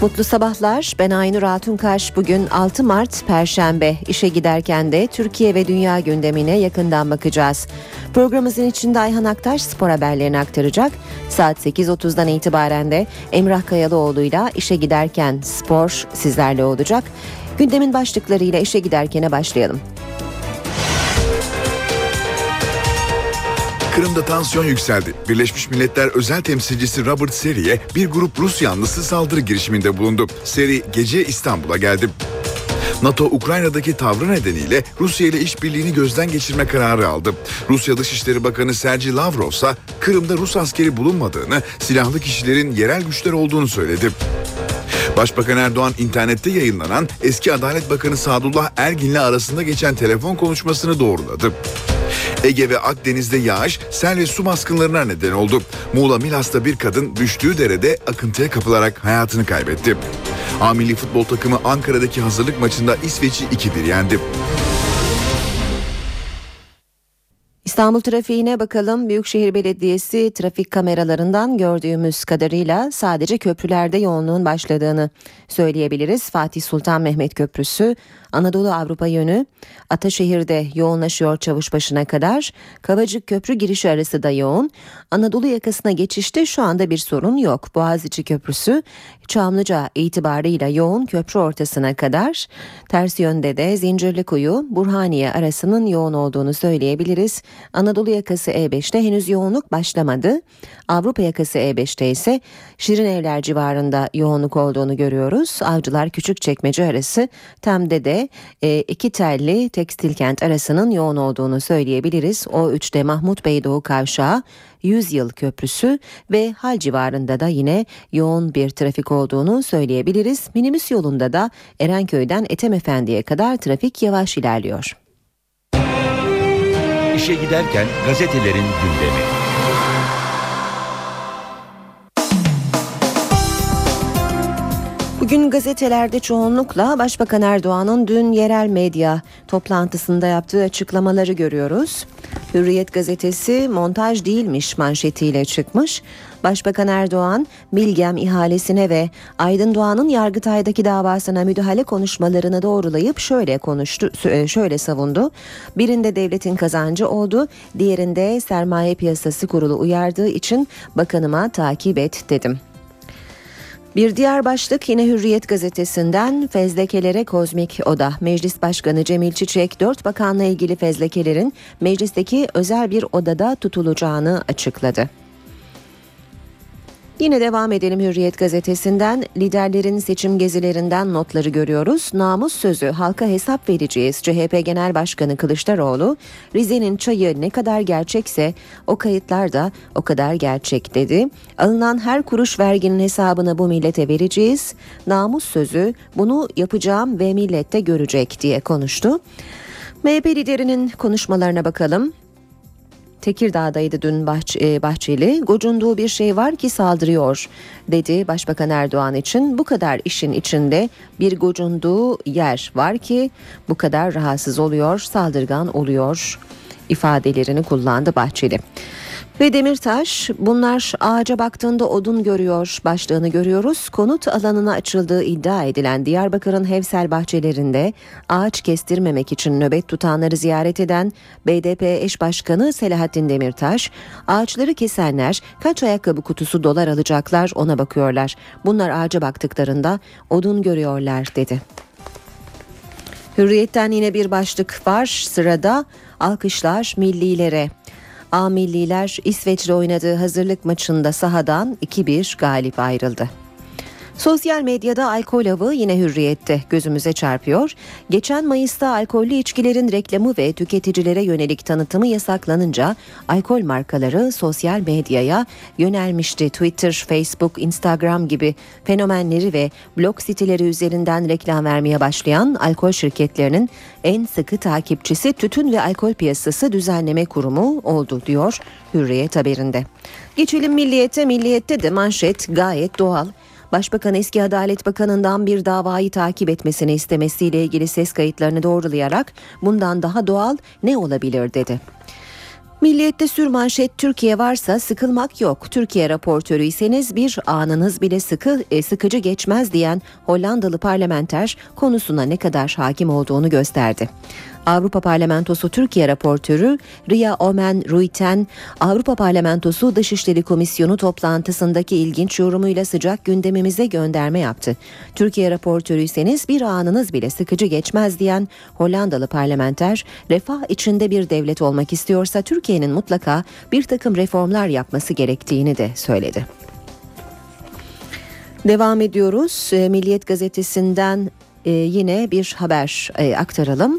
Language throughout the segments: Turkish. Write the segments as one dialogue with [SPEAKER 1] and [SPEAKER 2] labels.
[SPEAKER 1] Mutlu sabahlar. Ben Aynur Altunkaş. Bugün 6 Mart Perşembe. İşe giderken de Türkiye ve dünya gündemine yakından bakacağız. Programımızın içinde Ayhan Aktaş spor haberlerini aktaracak. Saat 8.30'dan itibaren de Emrah Kayalıoğlu'yla işe giderken spor sizlerle olacak. Gündemin başlıklarıyla işe giderkene başlayalım.
[SPEAKER 2] Kırım'da tansiyon yükseldi. Birleşmiş Milletler özel temsilcisi Robert Seri'ye bir grup Rus yanlısı saldırı girişiminde bulundu. Seri gece İstanbul'a geldi. NATO, Ukrayna'daki tavrı nedeniyle Rusya ile işbirliğini gözden geçirme kararı aldı. Rusya Dışişleri Bakanı Sergey Lavrov ise Kırım'da Rus askeri bulunmadığını, silahlı kişilerin yerel güçler olduğunu söyledi. Başbakan Erdoğan internette yayınlanan eski Adalet Bakanı Sadullah Ergin'le arasında geçen telefon konuşmasını doğruladı. Ege ve Akdeniz'de yağış, sel ve su baskınlarına neden oldu. Muğla Milas'ta bir kadın düştüğü derede akıntıya kapılarak hayatını kaybetti. A milli futbol takımı Ankara'daki hazırlık maçında İsveç'i 2-1 yendi.
[SPEAKER 1] İstanbul trafiğine bakalım. Büyükşehir Belediyesi trafik kameralarından gördüğümüz kadarıyla sadece köprülerde yoğunluğun başladığını söyleyebiliriz. Fatih Sultan Mehmet Köprüsü, Anadolu Avrupa yönü Ataşehir'de yoğunlaşıyor Çavuşbaşı'na kadar. Kavacık Köprü girişi arası da yoğun. Anadolu yakasına geçişte şu anda bir sorun yok. Boğaziçi Köprüsü Çamlıca itibarıyla yoğun köprü ortasına kadar. Ters yönde de Zincirlikuyu Burhaniye arasının yoğun olduğunu söyleyebiliriz. Anadolu yakası E5'te henüz yoğunluk başlamadı. Avrupa yakası E5'te ise Şirinevler civarında yoğunluk olduğunu görüyoruz. Avcılar Küçükçekmece arası Tem'de de iki telli Tekstilkent arasının yoğun olduğunu söyleyebiliriz. O3'te Mahmut Beydoğu Kavşağı, 100 Yıl Köprüsü ve Hal civarında da yine yoğun bir trafik olduğunu söyleyebiliriz. Minibüs yolunda da Erenköy'den Etemefendi'ye kadar trafik yavaş ilerliyor.
[SPEAKER 3] İşe giderken gazetelerin gündemi.
[SPEAKER 1] Bugün gazetelerde çoğunlukla Başbakan Erdoğan'ın dün yerel medya toplantısında yaptığı açıklamaları görüyoruz. Hürriyet gazetesi montaj değilmiş manşetiyle çıkmış. Başbakan Erdoğan, Bilgem ihalesine ve Aydın Doğan'ın Yargıtay'daki davasına müdahale konuşmalarını doğrulayıp şöyle savundu. Birinde devletin kazancı oldu, diğerinde Sermaye Piyasası Kurulu uyardığı için bakanıma takip et dedim. Bir diğer başlık yine Hürriyet gazetesinden, fezlekelere kozmik oda. Meclis Başkanı Cemil Çiçek 4 bakanla ilgili fezlekelerin meclisteki özel bir odada tutulacağını açıkladı. Yine devam edelim Hürriyet gazetesinden, liderlerin seçim gezilerinden notları görüyoruz. Namus sözü, halka hesap vereceğiz. CHP Genel Başkanı Kılıçdaroğlu, Rize'nin çayı ne kadar gerçekse o kayıtlar da o kadar gerçek dedi. Alınan her kuruş verginin hesabını bu millete vereceğiz. Namus sözü, bunu yapacağım ve millet de görecek diye konuştu. MHP liderinin konuşmalarına bakalım. Tekirdağ'daydı dün Bahçeli. Gocunduğu bir şey var ki saldırıyor dedi Başbakan Erdoğan için. Bu kadar işin içinde bir gocunduğu yer var ki bu kadar rahatsız oluyor, saldırgan oluyor ifadelerini kullandı Bahçeli. Ve Demirtaş, bunlar ağaca baktığında odun görüyor başlığını görüyoruz. Konut alanına açıldığı iddia edilen Diyarbakır'ın Hevsel bahçelerinde ağaç kestirmemek için nöbet tutanları ziyaret eden BDP eş başkanı Selahattin Demirtaş, ağaçları kesenler kaç ayakkabı kutusu dolar alacaklar ona bakıyorlar. Bunlar ağaca baktıklarında odun görüyorlar dedi. Hürriyet'ten yine bir başlık var sırada, alkışlar millilere. A milliler İsveç'le oynadığı hazırlık maçında sahadan 2-1 galip ayrıldı. Sosyal medyada alkol avı yine Hürriyet'te gözümüze çarpıyor. Geçen Mayıs'ta alkollü içkilerin reklamı ve tüketicilere yönelik tanıtımı yasaklanınca alkol markaları sosyal medyaya yönelmişti. Twitter, Facebook, Instagram gibi fenomenleri ve blog siteleri üzerinden reklam vermeye başlayan alkol şirketlerinin en sıkı takipçisi Tütün ve Alkol Piyasası Düzenleme Kurumu oldu diyor Hürriyet haberinde. Geçelim Milliyet'e. Milliyet'te de manşet gayet doğal. Başbakan eski Adalet Bakanı'ndan bir davayı takip etmesini istemesiyle ilgili ses kayıtlarını doğrulayarak bundan daha doğal ne olabilir dedi. Milliyet'te sürmanşet Türkiye varsa sıkılmak yok. Türkiye raportörüyseniz bir anınız bile sıkıcı geçmez diyen Hollandalı parlamenter konusuna ne kadar hakim olduğunu gösterdi. Avrupa Parlamentosu Türkiye raportörü Ria Oomen-Ruijten, Avrupa Parlamentosu Dışişleri Komisyonu toplantısındaki ilginç yorumuyla sıcak gündemimize gönderme yaptı. Türkiye raportörüyseniz bir anınız bile sıkıcı geçmez diyen Hollandalı parlamenter, refah içinde bir devlet olmak istiyorsa Türkiye'nin mutlaka bir takım reformlar yapması gerektiğini de söyledi. Devam ediyoruz. Milliyet gazetesinden yine bir haber aktaralım.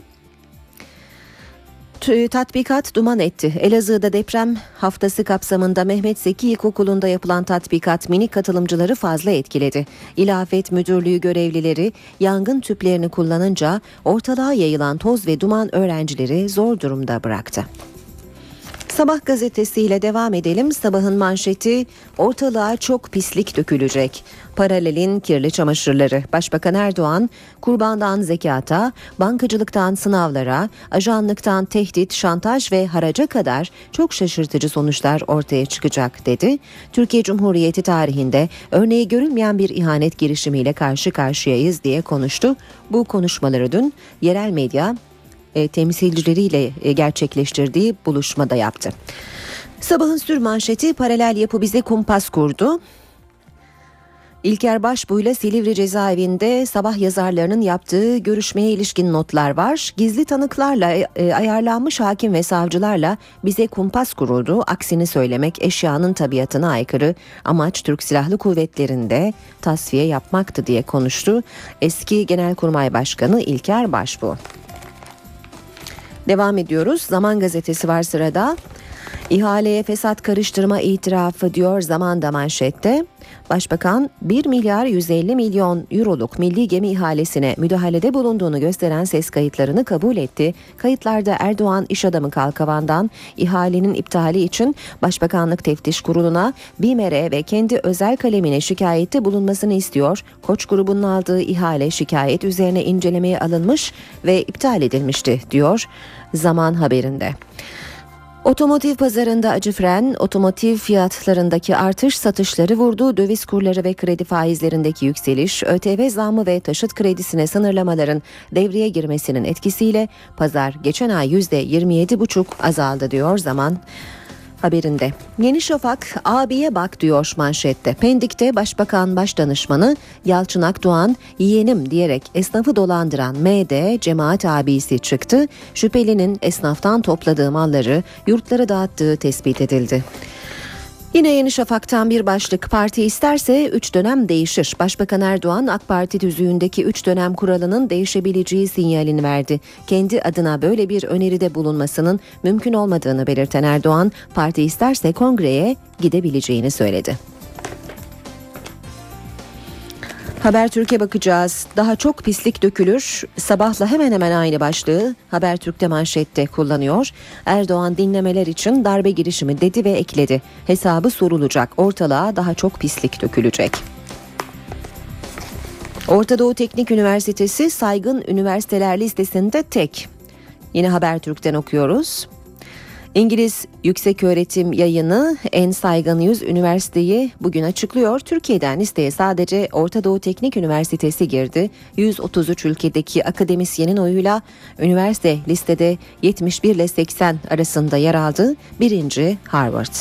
[SPEAKER 1] Tatbikat duman etti. Elazığ'da deprem haftası kapsamında Mehmet Zeki İlkokulu'nda yapılan tatbikat minik katılımcıları fazla etkiledi. İl Afet Müdürlüğü görevlileri yangın tüplerini kullanınca ortalığa yayılan toz ve duman öğrencileri zor durumda bıraktı. Sabah gazetesiyle devam edelim. Sabahın manşeti ortalığa çok pislik dökülecek. Paralelin kirli çamaşırları. Başbakan Erdoğan, kurbandan zekata, bankacılıktan sınavlara, ajanlıktan tehdit, şantaj ve haraca kadar çok şaşırtıcı sonuçlar ortaya çıkacak dedi. Türkiye Cumhuriyeti tarihinde örneği görülmeyen bir ihanet girişimiyle karşı karşıyayız diye konuştu. Bu konuşmaları dün yerel medya temsilcileriyle gerçekleştirdiği buluşmada yaptı. Sabahın sürmanşeti paralel yapı bize kumpas kurdu. İlker Başbuğ'yla Silivri cezaevinde sabah yazarlarının yaptığı görüşmeye ilişkin notlar var. Gizli tanıklarla ayarlanmış hakim ve savcılarla bize kumpas kuruldu. Aksini söylemek eşyanın tabiatına aykırı. Amaç Türk Silahlı Kuvvetleri'nde tasfiye yapmaktı diye konuştu eski Genelkurmay Başkanı İlker Başbuğ. Devam ediyoruz. Zaman gazetesi var sırada. İhaleye fesat karıştırma itirafı diyor Zaman'da manşette. Başbakan 1 milyar 150 milyon euroluk milli gemi ihalesine müdahalede bulunduğunu gösteren ses kayıtlarını kabul etti. Kayıtlarda Erdoğan iş adamı Kalkavan'dan ihalenin iptali için Başbakanlık Teftiş Kurulu'na, BİMER'e ve kendi özel kalemine şikayette bulunmasını istiyor. Koç grubunun aldığı ihale şikayet üzerine incelemeye alınmış ve iptal edilmişti diyor Zaman haberinde. Otomotiv pazarında acı fren, otomotiv fiyatlarındaki artış satışları vurdu. Döviz kurları ve kredi faizlerindeki yükseliş, ÖTV zammı ve taşıt kredisine sınırlamaların devreye girmesinin etkisiyle pazar geçen ay %27,5 azaldı diyor Zaman haberinde. Yeni Şafak abiye bak diyor manşette. Pendik'te Başbakan Başdanışmanı Yalçın Akdoğan yeğenim diyerek esnafı dolandıran MD cemaat abisi çıktı. Şüphelinin esnaftan topladığı malları yurtlara dağıttığı tespit edildi. Yine Yeni Şafak'tan bir başlık, parti isterse 3 dönem değişir. Başbakan Erdoğan AK Parti tüzüğündeki 3 dönem kuralının değişebileceği sinyalini verdi. Kendi adına böyle bir öneride bulunmasının mümkün olmadığını belirten Erdoğan, parti isterse kongreye gidebileceğini söyledi. Habertürk'e bakacağız. Daha çok pislik dökülür. Sabahla hemen hemen aynı başlığı Habertürk'te manşette kullanıyor. Erdoğan dinlemeler için darbe girişimi dedi ve ekledi. Hesabı sorulacak. Ortalığa daha çok pislik dökülecek. Orta Doğu Teknik Üniversitesi saygın üniversiteler listesinde tek. Yine Habertürk'ten okuyoruz. İngiliz Yükseköğretim Yayını en saygın 100 üniversiteyi bugün açıklıyor. Türkiye'den listeye sadece Orta Doğu Teknik Üniversitesi girdi. 133 ülkedeki akademisyenin oyuyla üniversite listede 71 ile 80 arasında yer aldı. Birinci Harvard.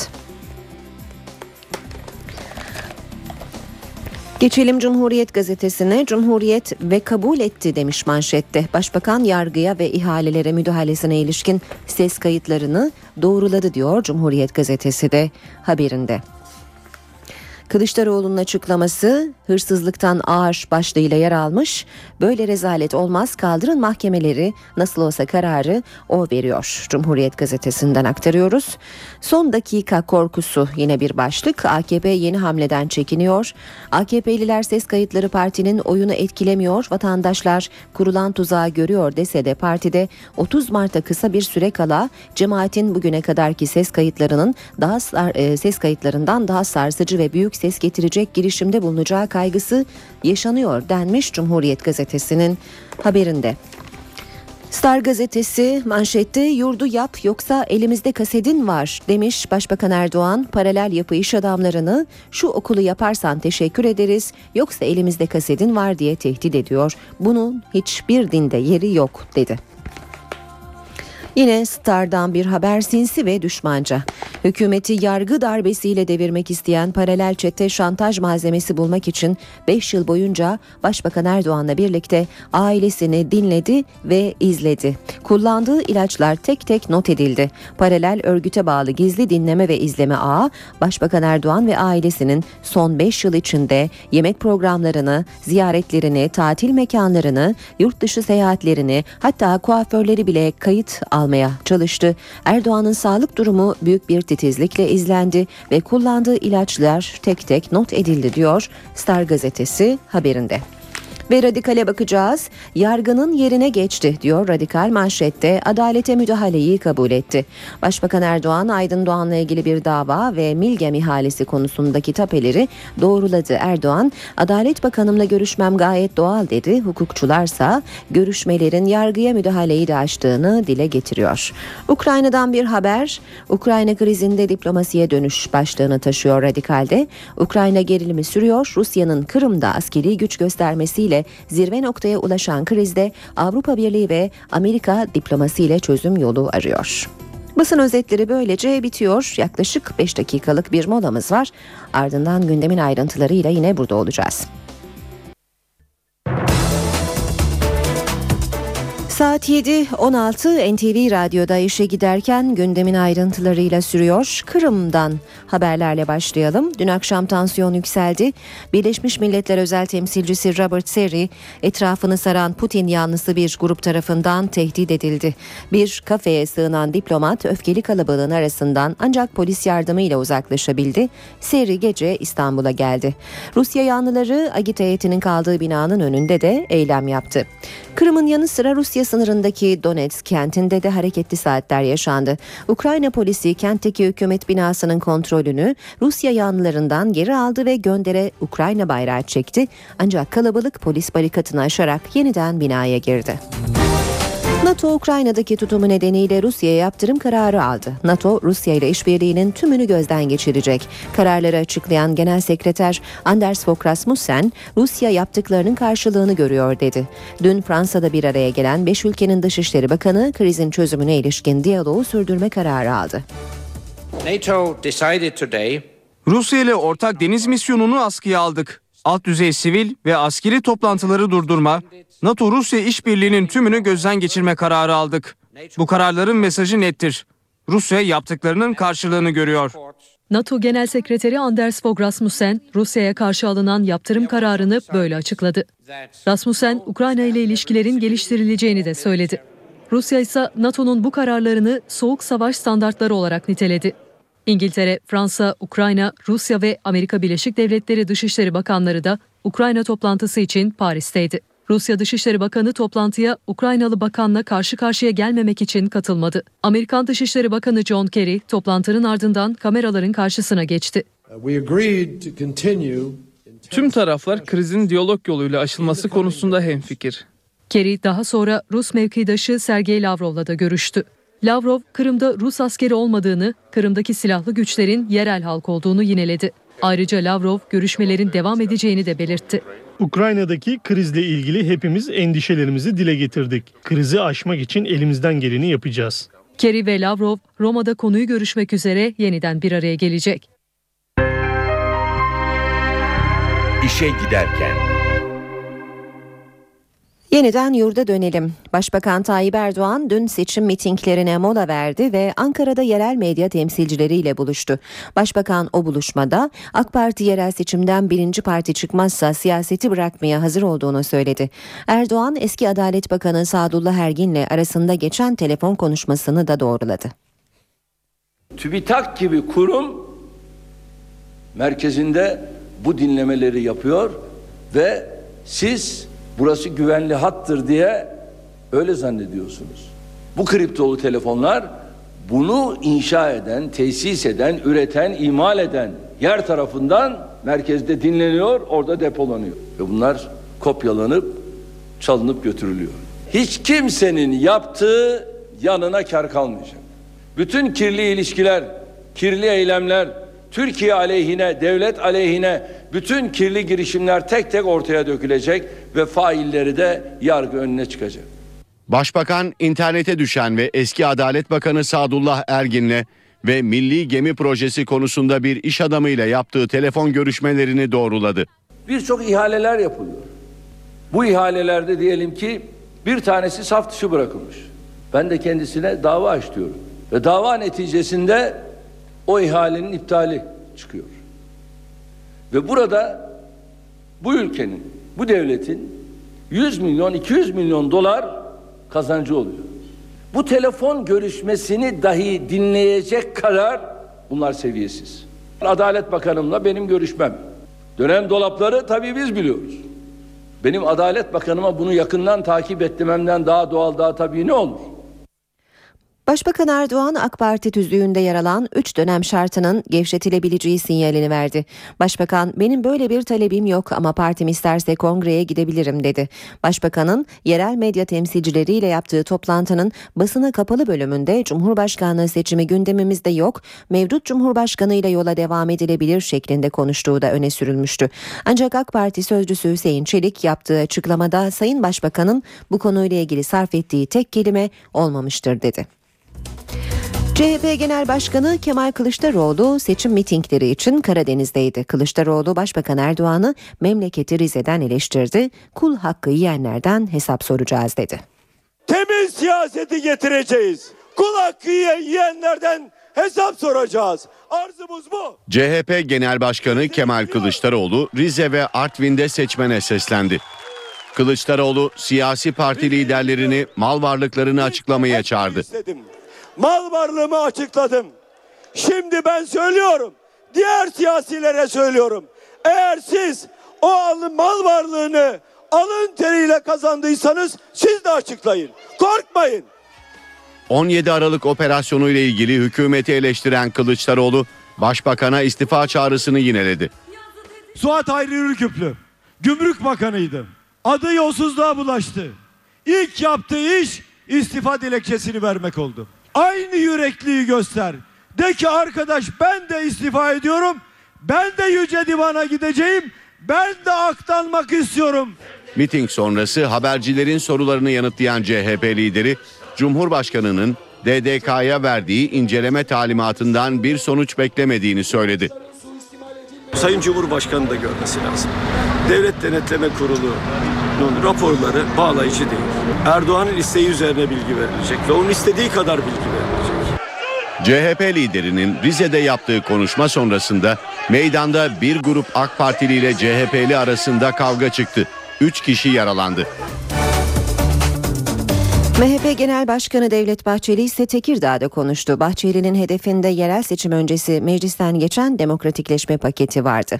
[SPEAKER 1] Geçelim Cumhuriyet gazetesine. Cumhuriyet ve kabul etti demiş manşette. Başbakan yargıya ve ihalelere müdahalesine ilişkin ses kayıtlarını doğruladı diyor Cumhuriyet gazetesi de haberinde. Kılıçdaroğlu'nun açıklaması hırsızlıktan ağır başlığıyla yer almış. Böyle rezalet olmaz, kaldırın mahkemeleri, nasıl olsa kararı o veriyor. Cumhuriyet gazetesinden aktarıyoruz. Son dakika korkusu yine bir başlık. AKP yeni hamleden çekiniyor. AKP'liler ses kayıtları partinin oyunu etkilemiyor. Vatandaşlar kurulan tuzağı görüyor dese de partide 30 Mart'a kısa bir süre kala cemaatin bugüne kadarki ses kayıtlarından daha sarsıcı ve büyük ses getirecek girişimde bulunacağı kaygısı yaşanıyor denmiş Cumhuriyet gazetesinin haberinde. Star gazetesi manşette yurdu yap yoksa elimizde kasedin var demiş Başbakan Erdoğan. Paralel yapı iş adamlarını şu okulu yaparsan teşekkür ederiz yoksa elimizde kasedin var diye tehdit ediyor. Bunun hiçbir dinde yeri yok dedi. Yine Star'dan bir haber, sinsi ve düşmanca. Hükümeti yargı darbesiyle devirmek isteyen paralel çete şantaj malzemesi bulmak için 5 yıl boyunca Başbakan Erdoğan'la birlikte ailesini dinledi ve izledi. Kullandığı ilaçlar tek tek not edildi. Paralel örgüte bağlı gizli dinleme ve izleme ağı Başbakan Erdoğan ve ailesinin son 5 yıl içinde yemek programlarını, ziyaretlerini, tatil mekanlarını, yurt dışı seyahatlerini, hatta kuaförleri bile kayıt almaya çalıştı. Erdoğan'ın sağlık durumu büyük bir titizlikle izlendi ve kullandığı ilaçlar tek tek not edildi diyor Star gazetesi haberinde. Ve Radikal'e bakacağız. Yargının yerine geçti diyor Radikal manşette. Adalete müdahaleyi kabul etti. Başbakan Erdoğan, Aydın Doğan'la ilgili bir dava ve Milgem ihalesi konusundaki tapeleri doğruladı. Erdoğan, Adalet Bakanımla görüşmem gayet doğal dedi. Hukukçularsa görüşmelerin yargıya müdahaleyi de açtığını dile getiriyor. Ukrayna'dan bir haber. Ukrayna krizinde diplomasiye dönüş başlığını taşıyor Radikal'de. Ukrayna gerilimi sürüyor. Rusya'nın Kırım'da askeri güç göstermesiyle zirve noktaya ulaşan krizde Avrupa Birliği ve Amerika diplomasiyle çözüm yolu arıyor. Basın özetleri böylece bitiyor. Yaklaşık 5 dakikalık bir molamız var. Ardından gündemin ayrıntılarıyla yine burada olacağız. Saat 7.16 NTV Radyo'da işe giderken gündemin ayrıntılarıyla sürüyor. Kırım'dan haberlerle başlayalım. Dün akşam tansiyon yükseldi. Birleşmiş Milletler Özel Temsilcisi Robert Seri etrafını saran Putin yanlısı bir grup tarafından tehdit edildi. Bir kafeye sığınan diplomat öfkeli kalabalığın arasından ancak polis yardımıyla uzaklaşabildi. Seri gece İstanbul'a geldi. Rusya yanlıları Agit heyetinin kaldığı binanın önünde de eylem yaptı. Kırım'ın yanı sıra Rusya sınırındaki Donetsk kentinde de hareketli saatler yaşandı. Ukrayna polisi kentteki hükümet binasının kontrolünü Rusya yanlılarından geri aldı ve göndere Ukrayna bayrağı çekti. Ancak kalabalık polis barikatını aşarak yeniden binaya girdi. NATO, Ukrayna'daki tutumu nedeniyle Rusya'ya yaptırım kararı aldı. NATO, Rusya ile işbirliğinin tümünü gözden geçirecek. Kararları açıklayan Genel Sekreter Anders Fogh Rasmussen, Rusya yaptıklarının karşılığını görüyor dedi. Dün Fransa'da bir araya gelen 5 ülkenin Dışişleri Bakanı, krizin çözümüne ilişkin diyaloğu sürdürme kararı aldı.
[SPEAKER 4] NATO decided today.
[SPEAKER 5] Rusya ile ortak deniz misyonunu askıya aldık. Alt düzey sivil ve askeri toplantıları durdurma, NATO-Rusya işbirliğinin tümünü gözden geçirme kararı aldık. Bu kararların mesajı nettir. Rusya yaptıklarının karşılığını görüyor.
[SPEAKER 6] NATO Genel Sekreteri Anders Fogh Rasmussen, Rusya'ya karşı alınan yaptırım kararını böyle açıkladı. Rasmussen, Ukrayna ile ilişkilerin geliştirileceğini de söyledi. Rusya ise NATO'nun bu kararlarını soğuk savaş standartları olarak niteledi. İngiltere, Fransa, Ukrayna, Rusya ve Amerika Birleşik Devletleri Dışişleri Bakanları da Ukrayna toplantısı için Paris'teydi. Rusya Dışişleri Bakanı toplantıya Ukraynalı bakanla karşı karşıya gelmemek için katılmadı. Amerikan Dışişleri Bakanı John Kerry toplantının ardından kameraların karşısına geçti.
[SPEAKER 7] Tüm taraflar krizin diyalog yoluyla aşılması konusunda hemfikir.
[SPEAKER 6] Kerry daha sonra Rus mevkidaşı Sergey Lavrov'la da görüştü. Lavrov, Kırım'da Rus askeri olmadığını, Kırım'daki silahlı güçlerin yerel halk olduğunu yineledi. Ayrıca Lavrov, görüşmelerin devam edeceğini de belirtti.
[SPEAKER 8] Ukrayna'daki krizle ilgili hepimiz endişelerimizi dile getirdik. Krizi aşmak için elimizden geleni yapacağız.
[SPEAKER 6] Kerry ve Lavrov, Roma'da konuyu görüşmek üzere yeniden bir araya gelecek.
[SPEAKER 3] İşe giderken.
[SPEAKER 1] Yeniden yurda dönelim. Başbakan Tayyip Erdoğan dün seçim mitinglerine mola verdi ve Ankara'da yerel medya temsilcileriyle buluştu. Başbakan o buluşmada AK Parti yerel seçimden birinci parti çıkmazsa siyaseti bırakmaya hazır olduğunu söyledi. Erdoğan eski Adalet Bakanı Sadullah Ergin'le arasında geçen telefon konuşmasını da doğruladı.
[SPEAKER 9] TÜBİTAK gibi kurum merkezinde bu dinlemeleri yapıyor ve siz burası güvenli hattır diye öyle zannediyorsunuz. Bu kriptolu telefonlar bunu inşa eden, tesis eden, üreten, imal eden yer tarafından merkezde dinleniyor, orada depolanıyor. Ve bunlar kopyalanıp, çalınıp götürülüyor. hiç kimsenin yaptığı yanına kar kalmayacak. Bütün kirli ilişkiler, kirli eylemler, Türkiye aleyhine, devlet aleyhine bütün kirli girişimler tek tek ortaya dökülecek ve failleri de yargı önüne çıkacak.
[SPEAKER 10] Başbakan internete düşen ve eski Adalet Bakanı Sadullah Ergin'le ve Milli Gemi Projesi konusunda bir iş adamıyla yaptığı telefon görüşmelerini doğruladı.
[SPEAKER 9] Birçok ihaleler yapılıyor. Bu ihalelerde diyelim ki bir tanesi saf dışı bırakılmış. Ben de kendisine dava aç diyorum. Ve dava neticesinde o ihalenin iptali çıkıyor. Ve burada bu ülkenin, bu devletin 100 milyon, 200 milyon dolar kazancı oluyor. Bu telefon görüşmesini dahi dinleyecek kadar bunlar seviyesiz. Adalet Bakanımla benim görüşmem. Dönen dolapları tabii biz biliyoruz. Benim Adalet Bakanıma bunu yakından takip etmemden daha doğal, daha tabii ne olur?
[SPEAKER 1] Başbakan Erdoğan AK Parti tüzüğünde yer alan 3 dönem şartının gevşetilebileceği sinyalini verdi. Başbakan benim böyle bir talebim yok ama partim isterse kongreye gidebilirim dedi. Başbakanın yerel medya temsilcileriyle yaptığı toplantının basına kapalı bölümünde Cumhurbaşkanlığı seçimi gündemimizde yok, mevcut Cumhurbaşkanı ile yola devam edilebilir şeklinde konuştuğu da öne sürülmüştü. Ancak AK Parti sözcüsü Hüseyin Çelik yaptığı açıklamada Sayın Başbakan'ın bu konuyla ilgili sarf ettiği tek kelime olmamıştır dedi. CHP Genel Başkanı Kemal Kılıçdaroğlu seçim mitingleri için Karadeniz'deydi. Kılıçdaroğlu Başbakan Erdoğan'ı memleketi Rize'den eleştirdi. Kul hakkı yiyenlerden hesap soracağız dedi.
[SPEAKER 11] Temiz siyaseti getireceğiz. Kul hakkı yiyenlerden hesap soracağız. Arzumuz bu.
[SPEAKER 10] CHP Genel Başkanı Kemal Kılıçdaroğlu Rize ve Artvin'de seçmene seslendi. Kılıçdaroğlu siyasi parti liderlerini mal varlıklarını açıklamaya çağırdı.
[SPEAKER 11] Mal varlığımı açıkladım. Şimdi ben söylüyorum. Diğer siyasilere söylüyorum. Eğer siz o mal varlığını alın teriyle kazandıysanız siz de açıklayın. Korkmayın.
[SPEAKER 10] 17 Aralık operasyonu ile ilgili hükümeti eleştiren Kılıçdaroğlu, Başbakan'a istifa çağrısını yineledi.
[SPEAKER 11] Suat Hayri Ürküplü Gümrük Bakanıydı. Adı yolsuzluğa bulaştı. İlk yaptığı iş istifa dilekçesini vermek oldu. Aynı yürekliği göster. De ki arkadaş ben de istifa ediyorum. Ben de Yüce Divan'a gideceğim. Ben de aktanmak istiyorum.
[SPEAKER 10] Miting sonrası habercilerin sorularını yanıtlayan CHP lideri, Cumhurbaşkanı'nın DDK'ya verdiği inceleme talimatından bir sonuç beklemediğini söyledi.
[SPEAKER 11] Sayın Cumhurbaşkanı da görmesi lazım. Devlet Denetleme Kurulu'nun raporları bağlayıcı değil. Erdoğan'ın isteği üzerine bilgi verilecek ve onun istediği kadar bilgi verilecek.
[SPEAKER 10] CHP liderinin Rize'de yaptığı konuşma sonrasında meydanda bir grup AK Partili ile CHP'li arasında kavga çıktı. 3 kişi yaralandı.
[SPEAKER 1] MHP Genel Başkanı Devlet Bahçeli ise Tekirdağ'da konuştu. Bahçeli'nin hedefinde yerel seçim öncesi meclisten geçen demokratikleşme paketi vardı.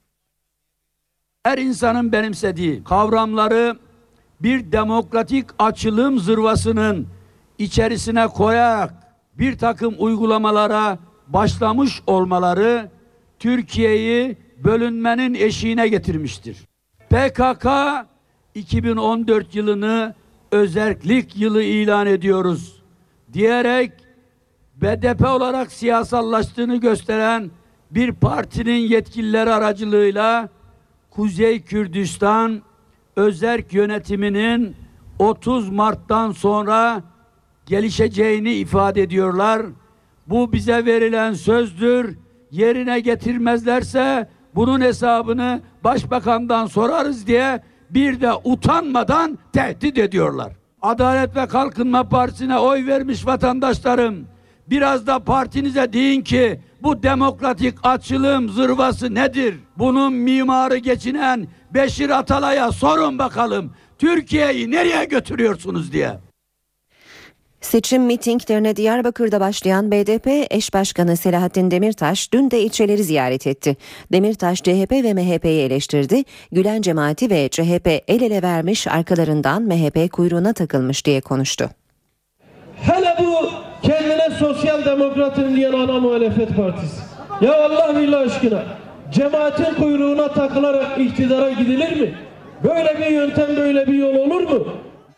[SPEAKER 12] Her insanın benimsediği kavramları bir demokratik açılım zırvasının içerisine koyarak bir takım uygulamalara başlamış olmaları Türkiye'yi bölünmenin eşiğine getirmiştir. PKK 2014 yılını özerklik yılı ilan ediyoruz diyerek BDP olarak siyasallaştığını gösteren bir partinin yetkilileri aracılığıyla Kuzey Kürdistan özerk yönetiminin 30 Mart'tan sonra gelişeceğini ifade ediyorlar. Bu bize verilen sözdür. Yerine getirmezlerse bunun hesabını başbakandan sorarız diye bir de utanmadan tehdit ediyorlar. Adalet ve Kalkınma Partisi'ne oy vermiş vatandaşlarım, biraz da partinize deyin ki bu demokratik açılım zırvası nedir? Bunun mimarı geçinen Beşir Atalay'a sorun bakalım. Türkiye'yi nereye götürüyorsunuz diye.
[SPEAKER 1] Seçim mitinglerine Diyarbakır'da başlayan BDP eş başkanı Selahattin Demirtaş dün de ilçeleri ziyaret etti. Demirtaş CHP ve MHP'yi eleştirdi. Gülen cemaati ve CHP el ele vermiş, arkalarından MHP kuyruğuna takılmış diye konuştu.
[SPEAKER 13] Hele bu kendine sosyal demokratın diyen ana muhalefet partisi. Ya Allah billah aşkına, cemaatin kuyruğuna takılarak iktidara gidilir mi? Böyle bir yöntem, böyle bir yol olur mu?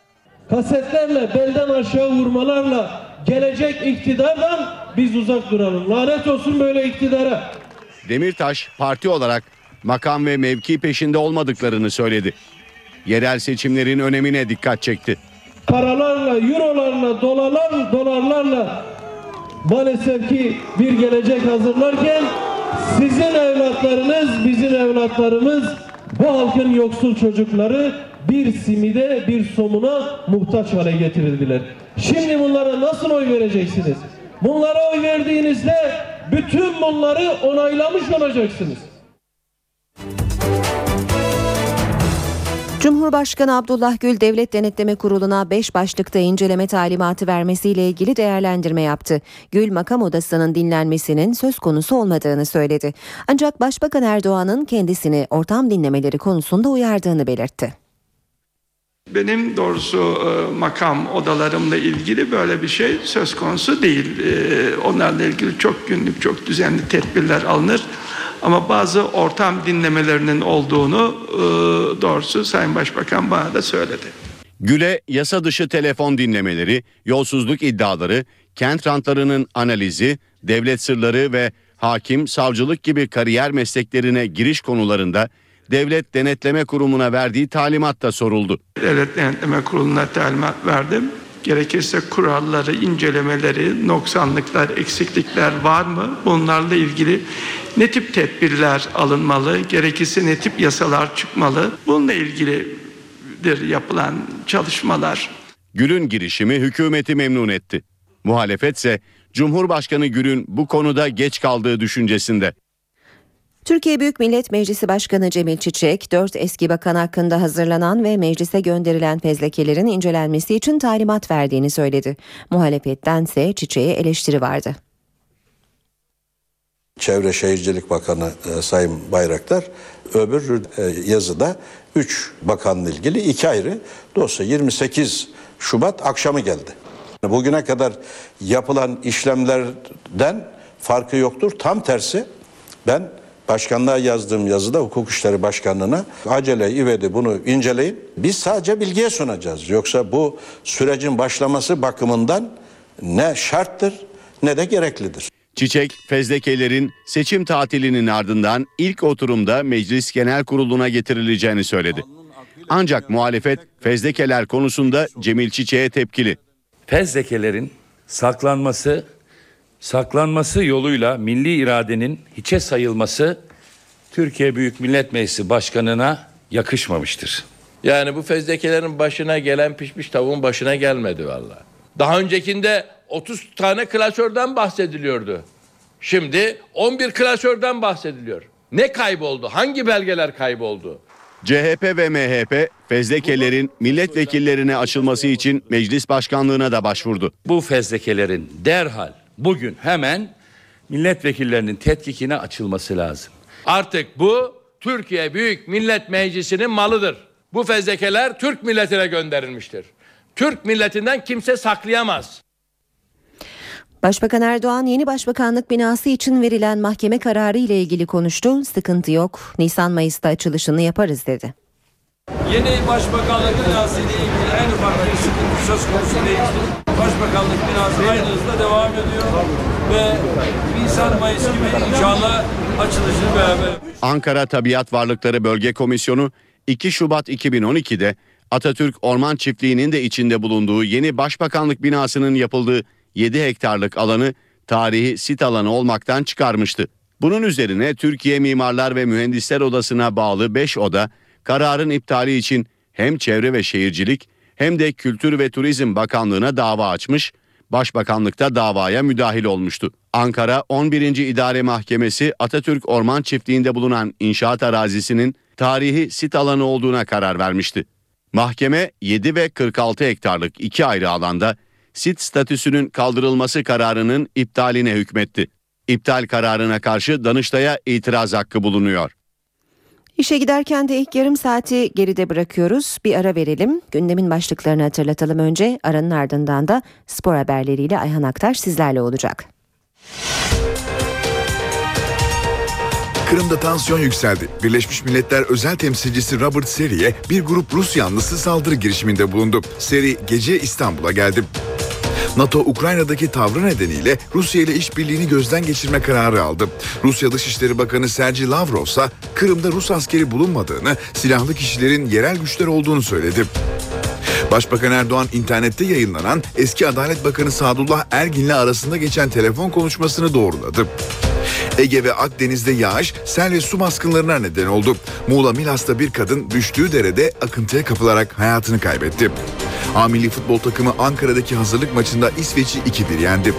[SPEAKER 13] kasetlerle, belden aşağı vurmalarla gelecek iktidardan biz uzak duralım. Lanet olsun böyle iktidara.
[SPEAKER 10] Demirtaş parti olarak makam ve mevki peşinde olmadıklarını söyledi. Yerel seçimlerin önemine dikkat çekti.
[SPEAKER 13] Paralarla, eurolarla, dolarlarla maalesef ki bir gelecek hazırlarken sizin evlatlarınız, bizim evlatlarımız, bu halkın yoksul çocukları bir simide, bir somuna muhtaç hale getirildiler. Şimdi bunlara nasıl oy vereceksiniz? Bunlara oy verdiğinizde bütün bunları onaylamış olacaksınız.
[SPEAKER 1] Cumhurbaşkanı Abdullah Gül, Devlet Denetleme Kurulu'na 5 başlıkta inceleme talimatı vermesiyle ilgili değerlendirme yaptı. Gül, makam odasının dinlenmesinin söz konusu olmadığını söyledi. Ancak Başbakan Erdoğan'ın kendisini ortam dinlemeleri konusunda uyardığını belirtti.
[SPEAKER 14] Benim doğrusu makam odalarımla ilgili böyle bir şey söz konusu değil. Onlarla ilgili çok günlük, çok düzenli tedbirler alınır. Ama bazı ortam dinlemelerinin olduğunu doğrusu Sayın Başbakan bana da söyledi.
[SPEAKER 10] Gül'e yasa dışı telefon dinlemeleri, yolsuzluk iddiaları, kent rantlarının analizi, devlet sırları ve hakim, savcılık gibi kariyer mesleklerine giriş konularında Devlet Denetleme Kurumu'na verdiği talimat da soruldu.
[SPEAKER 14] Devlet Denetleme Kurulu'na talimat verdim. Gerekirse kuralları, incelemeleri, noksanlıklar, eksiklikler var mı? Bunlarla ilgili ne tip tedbirler alınmalı? Gerekirse ne tip yasalar çıkmalı? Bununla ilgilidir yapılan çalışmalar.
[SPEAKER 10] Gül'ün girişimi hükümeti memnun etti. Muhalefet ise Cumhurbaşkanı Gül'ün bu konuda geç kaldığı düşüncesinde.
[SPEAKER 1] Türkiye Büyük Millet Meclisi Başkanı Cemil Çiçek, 4 eski bakan hakkında hazırlanan ve meclise gönderilen fezlekelerin incelenmesi için talimat verdiğini söyledi. Muhalefettense Çiçek'e eleştiri vardı.
[SPEAKER 15] Çevre Şehircilik Bakanı Sayın Bayraktar öbür yazıda 3 bakanla ilgili 2 ayrı dosya 28 Şubat akşamı geldi. Bugüne kadar yapılan işlemlerden farkı yoktur. Tam tersi ben başkanlığa yazdığım yazıda Hukuk İşleri Başkanlığı'na acele ivedi bunu inceleyin. Biz sadece bilgiye sunacağız. Yoksa bu sürecin başlaması bakımından ne şarttır ne de gereklidir.
[SPEAKER 10] Çiçek, fezlekelerin seçim tatilinin ardından ilk oturumda Meclis Genel Kurulu'na getirileceğini söyledi. Ancak muhalefet fezlekeler konusunda Cemil Çiçek'e tepkili.
[SPEAKER 16] Fezlekelerin saklanması yoluyla milli iradenin hiçe sayılması Türkiye Büyük Millet Meclisi Başkanı'na yakışmamıştır.
[SPEAKER 17] Yani bu fezlekelerin başına gelen pişmiş tavuğun başına gelmedi vallahi. Daha öncekinde 30 tane klasörden bahsediliyordu. Şimdi 11 klasörden bahsediliyor. Ne kayboldu? Hangi belgeler kayboldu?
[SPEAKER 10] CHP ve MHP fezlekelerin milletvekillerine açılması için meclis başkanlığına da başvurdu.
[SPEAKER 16] Bu fezlekelerin derhal bugün hemen milletvekillerinin tetkikine açılması lazım.
[SPEAKER 17] Artık bu Türkiye Büyük Millet Meclisi'nin malıdır. Bu fezlekeler Türk milletine gönderilmiştir. Türk milletinden kimse saklayamaz.
[SPEAKER 1] Başbakan Erdoğan yeni başbakanlık binası için verilen mahkeme kararı ile ilgili konuştu. Sıkıntı yok, Nisan-Mayıs'ta açılışını yaparız dedi.
[SPEAKER 18] Yeni başbakanlık binası ile ilgili en ufak bir sıkıntı söz konusu değildir. Başbakanlık binası aynı hızla devam ediyor ve Nisan-Mayıs gibi inşallah açılışını beraber.
[SPEAKER 10] Ankara Tabiat Varlıkları Bölge Komisyonu 2 Şubat 2012'de Atatürk Orman Çiftliği'nin de içinde bulunduğu yeni başbakanlık binasının yapıldığı 7 hektarlık alanı tarihi sit alanı olmaktan çıkarmıştı. Bunun üzerine Türkiye Mimarlar ve Mühendisler Odası'na bağlı 5 oda kararın iptali için hem Çevre ve Şehircilik hem de Kültür ve Turizm Bakanlığı'na dava açmış, Başbakanlıkta davaya müdahil olmuştu. Ankara 11. İdare Mahkemesi Atatürk Orman Çiftliği'nde bulunan inşaat arazisinin tarihi sit alanı olduğuna karar vermişti. Mahkeme 7 ve 46 hektarlık 2 ayrı alanda sit statüsünün kaldırılması kararının iptaline hükmetti. İptal kararına karşı Danıştay'a itiraz hakkı bulunuyor.
[SPEAKER 1] İşe giderken de ilk yarım saati geride bırakıyoruz. Bir ara verelim. Gündemin başlıklarını hatırlatalım önce. Aranın ardından da spor haberleriyle Ayhan Aktaş sizlerle olacak.
[SPEAKER 2] Kırım'da tansiyon yükseldi. Birleşmiş Milletler özel temsilcisi Robert Seri'ye bir grup Rus yanlısı saldırı girişiminde bulundu. Seri gece İstanbul'a geldi. NATO, Ukrayna'daki tavrı nedeniyle Rusya ile işbirliğini gözden geçirme kararı aldı. Rusya Dışişleri Bakanı Sergey Lavrov ise Kırım'da Rus askeri bulunmadığını, silahlı kişilerin yerel güçler olduğunu söyledi. Başbakan Erdoğan internette yayınlanan eski Adalet Bakanı Sadullah Ergin'le arasında geçen telefon konuşmasını doğruladı. Ege ve Akdeniz'de yağış, sel ve su baskınlarına neden oldu. Muğla Milas'ta bir kadın düştüğü derede akıntıya kapılarak hayatını kaybetti. A milli futbol takımı Ankara'daki hazırlık maçında İsveç'i 2-1 yendi.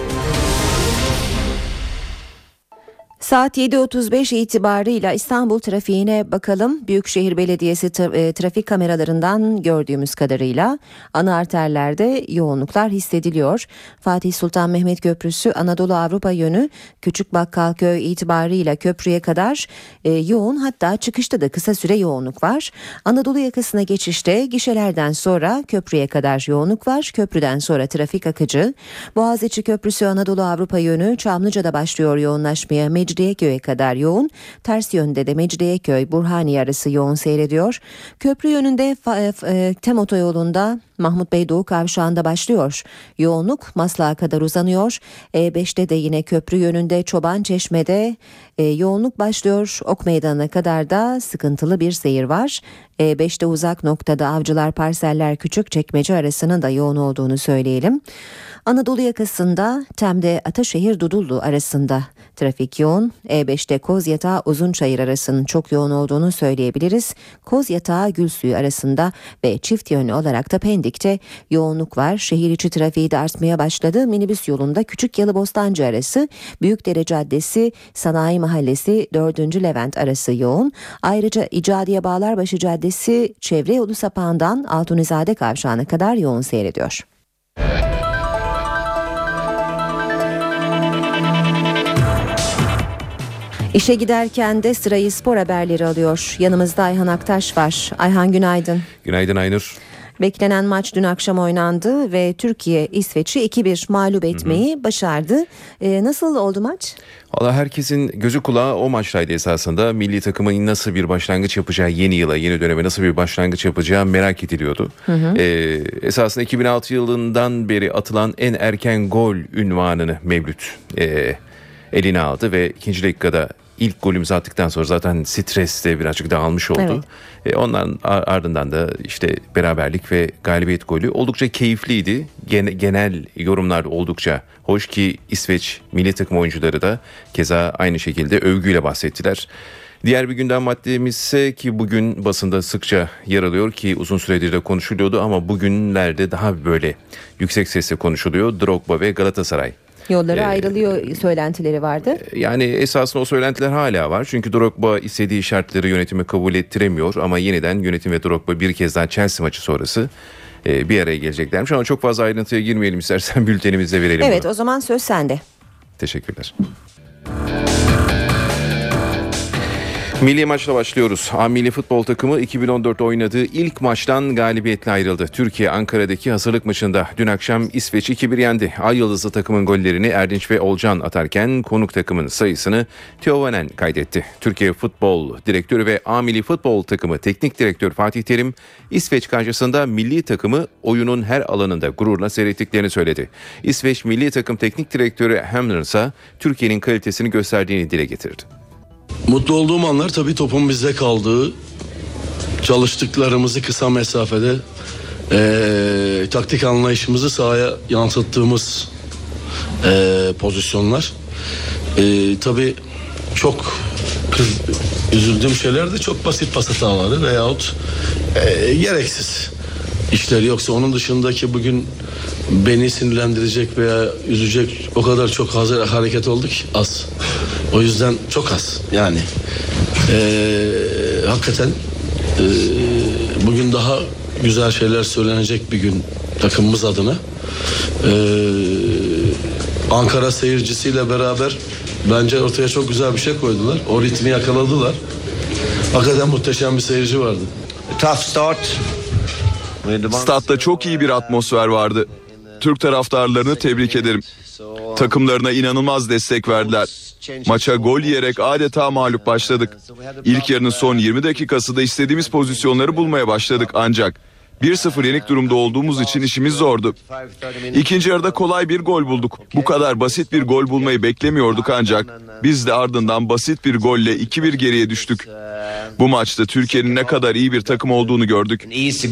[SPEAKER 1] Saat 7.35 itibarıyla İstanbul trafiğine bakalım. Büyükşehir Belediyesi trafik kameralarından gördüğümüz kadarıyla ana arterlerde yoğunluklar hissediliyor. Fatih Sultan Mehmet Köprüsü Anadolu Avrupa yönü Küçükbakkalköy itibarıyla köprüye kadar yoğun, hatta çıkışta da kısa süre yoğunluk var. Anadolu yakasına geçişte gişelerden sonra köprüye kadar yoğunluk var. Köprüden sonra trafik akıcı. Boğaziçi Köprüsü Anadolu Avrupa yönü Çamlıca'da başlıyor yoğunlaşmaya. Mecidiyeköy'e kadar yoğun. Ters yönde de Mecidiyeköy Burhaniye arası yoğun seyrediyor. Köprü yönünde TEM otoyolunda Mahmut Bey Doğu Kavşağı'nda başlıyor. Yoğunluk Maslak'a kadar uzanıyor. E5'te de yine köprü yönünde Çobançeşme'de yoğunluk başlıyor. Ok Meydanı'na kadar da sıkıntılı bir seyir var. E5'te uzak noktada Avcılar Parseller Küçükçekmece arasının da yoğun olduğunu söyleyelim. Anadolu yakasında TEM'de Ataşehir Dudullu arasında trafik yoğun. E5'te Kozyatağı Uzunçayır arasının çok yoğun olduğunu söyleyebiliriz. Kozyatağı Gülsuyu arasında ve çift yönlü olarak da Pendik'te yoğunluk var. Şehir içi trafiği de artmaya başladı. Minibüs yolunda Küçükyalı Bostancı arası, Büyükdere Caddesi, Sanayi Mahallesi, 4. Levent arası yoğun. Ayrıca İcadiye Bağlarbaşı Caddesi, Çevre Yolu sapağından Altunizade Kavşağı'na kadar yoğun seyrediyor. İşe giderken de sırayı spor haberleri alıyor. Yanımızda Ayhan Aktaş var. Ayhan günaydın.
[SPEAKER 19] Günaydın Aynur.
[SPEAKER 1] Beklenen maç dün akşam oynandı ve Türkiye İsveç'i 2-1 mağlup etmeyi başardı. Nasıl oldu maç?
[SPEAKER 19] Valla herkesin gözü kulağı o maçtaydı esasında. Milli takımın nasıl bir başlangıç yapacağı, yeni yıla, yeni döneme nasıl bir başlangıç yapacağı merak ediliyordu. Esasında 2006 yılından beri atılan en erken gol ünvanını Mevlüt eline aldı ve ikinci dakikada ilk golümüzü attıktan sonra zaten stres de birazcık dağılmış oldu. Evet. Ondan ardından da işte beraberlik ve galibiyet golü oldukça keyifliydi. Genel yorumlar oldukça hoş ki İsveç milli takım oyuncuları da keza aynı şekilde övgüyle bahsettiler. Diğer bir gündem maddemiz ise ki bugün basında sıkça yer alıyor ki uzun süredir de konuşuluyordu ama bugünlerde daha böyle yüksek sesle konuşuluyor. Drogba ve Galatasaray.
[SPEAKER 1] Yolları ayrılıyor söylentileri vardı.
[SPEAKER 19] Yani esasında o söylentiler hala var. Çünkü Drogba istediği şartları yönetime kabul ettiremiyor. Ama yeniden yönetim ve Drogba bir kez daha Chelsea maçı sonrası bir araya geleceklermiş. Ama çok fazla ayrıntıya girmeyelim, istersen bültenimizde verelim.
[SPEAKER 1] Evet
[SPEAKER 19] bunu.
[SPEAKER 1] O zaman söz sende.
[SPEAKER 19] Teşekkürler. Milli maçla başlıyoruz. A milli futbol takımı 2014 oynadığı ilk maçtan galibiyetle ayrıldı. Türkiye Ankara'daki hazırlık maçında dün akşam İsveç'i 2-1 yendi. Ay Yıldızlı takımın gollerini Erdinç ve Olcan atarken konuk takımın sayısını Teovanen kaydetti. Türkiye Futbol Direktörü ve A milli futbol takımı Teknik Direktör Fatih Terim, İsveç karşısında milli takımı oyunun her alanında gururla seyrettiklerini söyledi. İsveç milli takım Teknik Direktörü Hamner ise Türkiye'nin kalitesini gösterdiğini dile getirdi.
[SPEAKER 20] Mutlu olduğum anlar tabii topun bizde kaldığı, çalıştıklarımızı kısa mesafede taktik anlayışımızı sahaya yansıttığımız pozisyonlar. Tabii çok üzüldüğüm şeyler de çok basit pas hataları veyahut gereksiz işler, yoksa onun dışındaki bugün beni sinirlendirecek veya üzecek o kadar çok hareket oldu ki az. O yüzden çok az yani. Hakikaten bugün daha güzel şeyler söylenecek bir gün takımımız adına. Ankara seyircisiyle beraber bence ortaya çok güzel bir şey koydular. O ritmi yakaladılar. Hakikaten muhteşem bir seyirci vardı.
[SPEAKER 21] Tough start. Statta çok iyi bir atmosfer vardı. Türk taraftarlarını tebrik ederim. Takımlarına inanılmaz destek verdiler. Maça gol yiyerek adeta mağlup başladık. İlk yarının son 20 dakikası da istediğimiz pozisyonları bulmaya başladık ancak 1-0 yenik durumda olduğumuz için işimiz zordu. İkinci yarıda kolay bir gol bulduk. Bu kadar basit bir gol bulmayı beklemiyorduk ancak biz de ardından basit bir golle 2-1 geriye düştük. Bu maçta Türkiye'nin ne kadar iyi bir takım olduğunu gördük.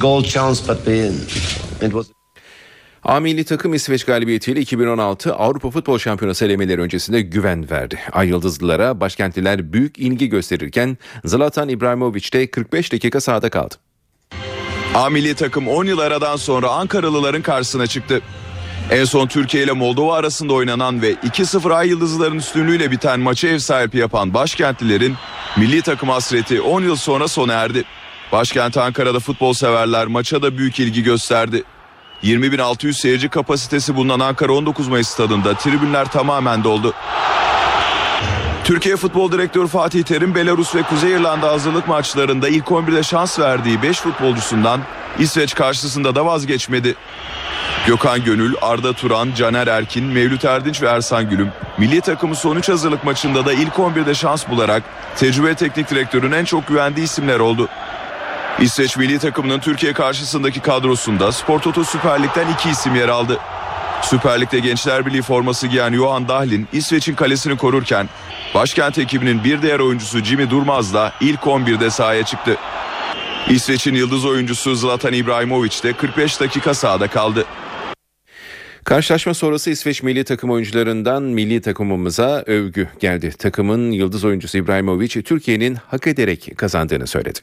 [SPEAKER 19] A milli takım İsveç galibiyetiyle 2016 Avrupa Futbol Şampiyonası elemeleri öncesinde güven verdi. Ay Yıldızlılara başkentliler büyük ilgi gösterirken Zlatan İbrahimović de 45 dakika sahada kaldı.
[SPEAKER 21] A milli takım 10 yıl aradan sonra Ankaralıların karşısına çıktı. En son Türkiye ile Moldova arasında oynanan ve 2-0 Ay Yıldızlıların üstünlüğüyle biten maçı ev sahipliği yapan başkentlilerin milli takım hasreti 10 yıl sonra sona erdi. Başkent Ankara'da futbol severler maça da büyük ilgi gösterdi. 20.600 seyirci kapasitesi bulunan Ankara 19 Mayıs stadında tribünler tamamen doldu. Türkiye Futbol Direktörü Fatih Terim, Belarus ve Kuzey İrlanda hazırlık maçlarında ilk 11'de şans verdiği 5 futbolcusundan İsveç karşısında da vazgeçmedi. Gökhan Gönül, Arda Turan, Caner Erkin, Mevlüt Erdinç ve Ersan Gülüm milli takımı son 3 hazırlık maçında da ilk 11'de şans bularak tecrübeli teknik direktörün en çok güvendiği isimler oldu. İsveç milli takımının Türkiye karşısındaki kadrosunda Spor Toto Süper Lig'den 2 isim yer aldı. Süper Lig'de Gençler Birliği forması giyen Johan Dahlin İsveç'in kalesini korurken başkent ekibinin bir diğer oyuncusu Jimmy Durmaz da ilk 11'de sahaya çıktı. İsveç'in yıldız oyuncusu Zlatan İbrahimović de 45 dakika sahada kaldı.
[SPEAKER 19] Karşılaşma sonrası İsveç milli takım oyuncularından milli takımımıza övgü geldi. Takımın yıldız oyuncusu İbrahimović Türkiye'nin hak ederek kazandığını söyledi.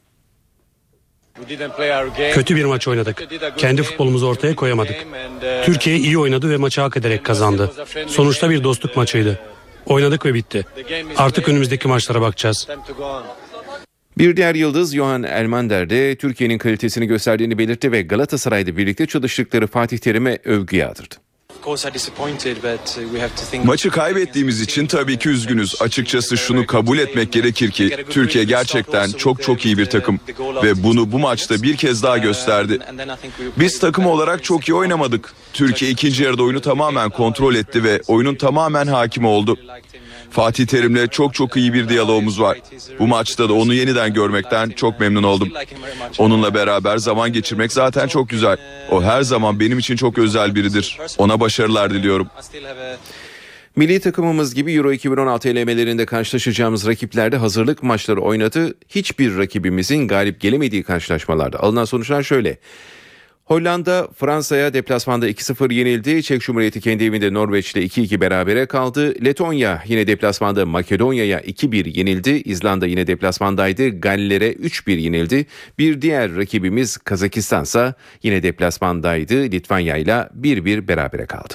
[SPEAKER 4] Kötü bir maç oynadık. Kendi futbolumuzu ortaya koyamadık. Türkiye iyi oynadı ve maçı hak ederek kazandı. Sonuçta bir dostluk maçıydı. Oynadık ve bitti. Artık önümüzdeki maçlara bakacağız.
[SPEAKER 19] Bir diğer yıldız Johan Elmander de Türkiye'nin kalitesini gösterdiğini belirtti ve Galatasaray'da birlikte çalıştıkları Fatih Terim'e övgü yağdırdı.
[SPEAKER 21] Maçı kaybettiğimiz için tabii ki üzgünüz. Açıkçası şunu kabul etmek gerekir ki Türkiye gerçekten çok iyi bir takım ve bunu bu maçta bir kez daha gösterdi. Biz takım olarak çok iyi oynamadık. Türkiye ikinci yarıda oyunu tamamen kontrol etti ve oyunun tamamen hakim oldu. Fatih Terim'le çok iyi bir diyalogumuz var. Bu maçta da onu yeniden görmekten çok memnun oldum. Onunla beraber zaman geçirmek zaten çok güzel. O her zaman benim için çok özel biridir. Ona başarılar diliyorum.
[SPEAKER 19] Milli takımımız gibi Euro 2016 elemelerinde karşılaşacağımız rakiplerde hazırlık maçları oynadı. Hiçbir rakibimizin galip gelemediği karşılaşmalarda alınan sonuçlar şöyle. Hollanda Fransa'ya deplasmanda 2-0 yenildi. Çek Cumhuriyeti kendi evinde Norveç'le 2-2 berabere kaldı. Letonya yine deplasmanda Makedonya'ya 2-1 yenildi. İzlanda yine deplasmandaydı. Galler'e 3-1 yenildi. Bir diğer rakibimiz Kazakistan'sa yine deplasmandaydı. Litvanya'yla 1-1 berabere kaldı.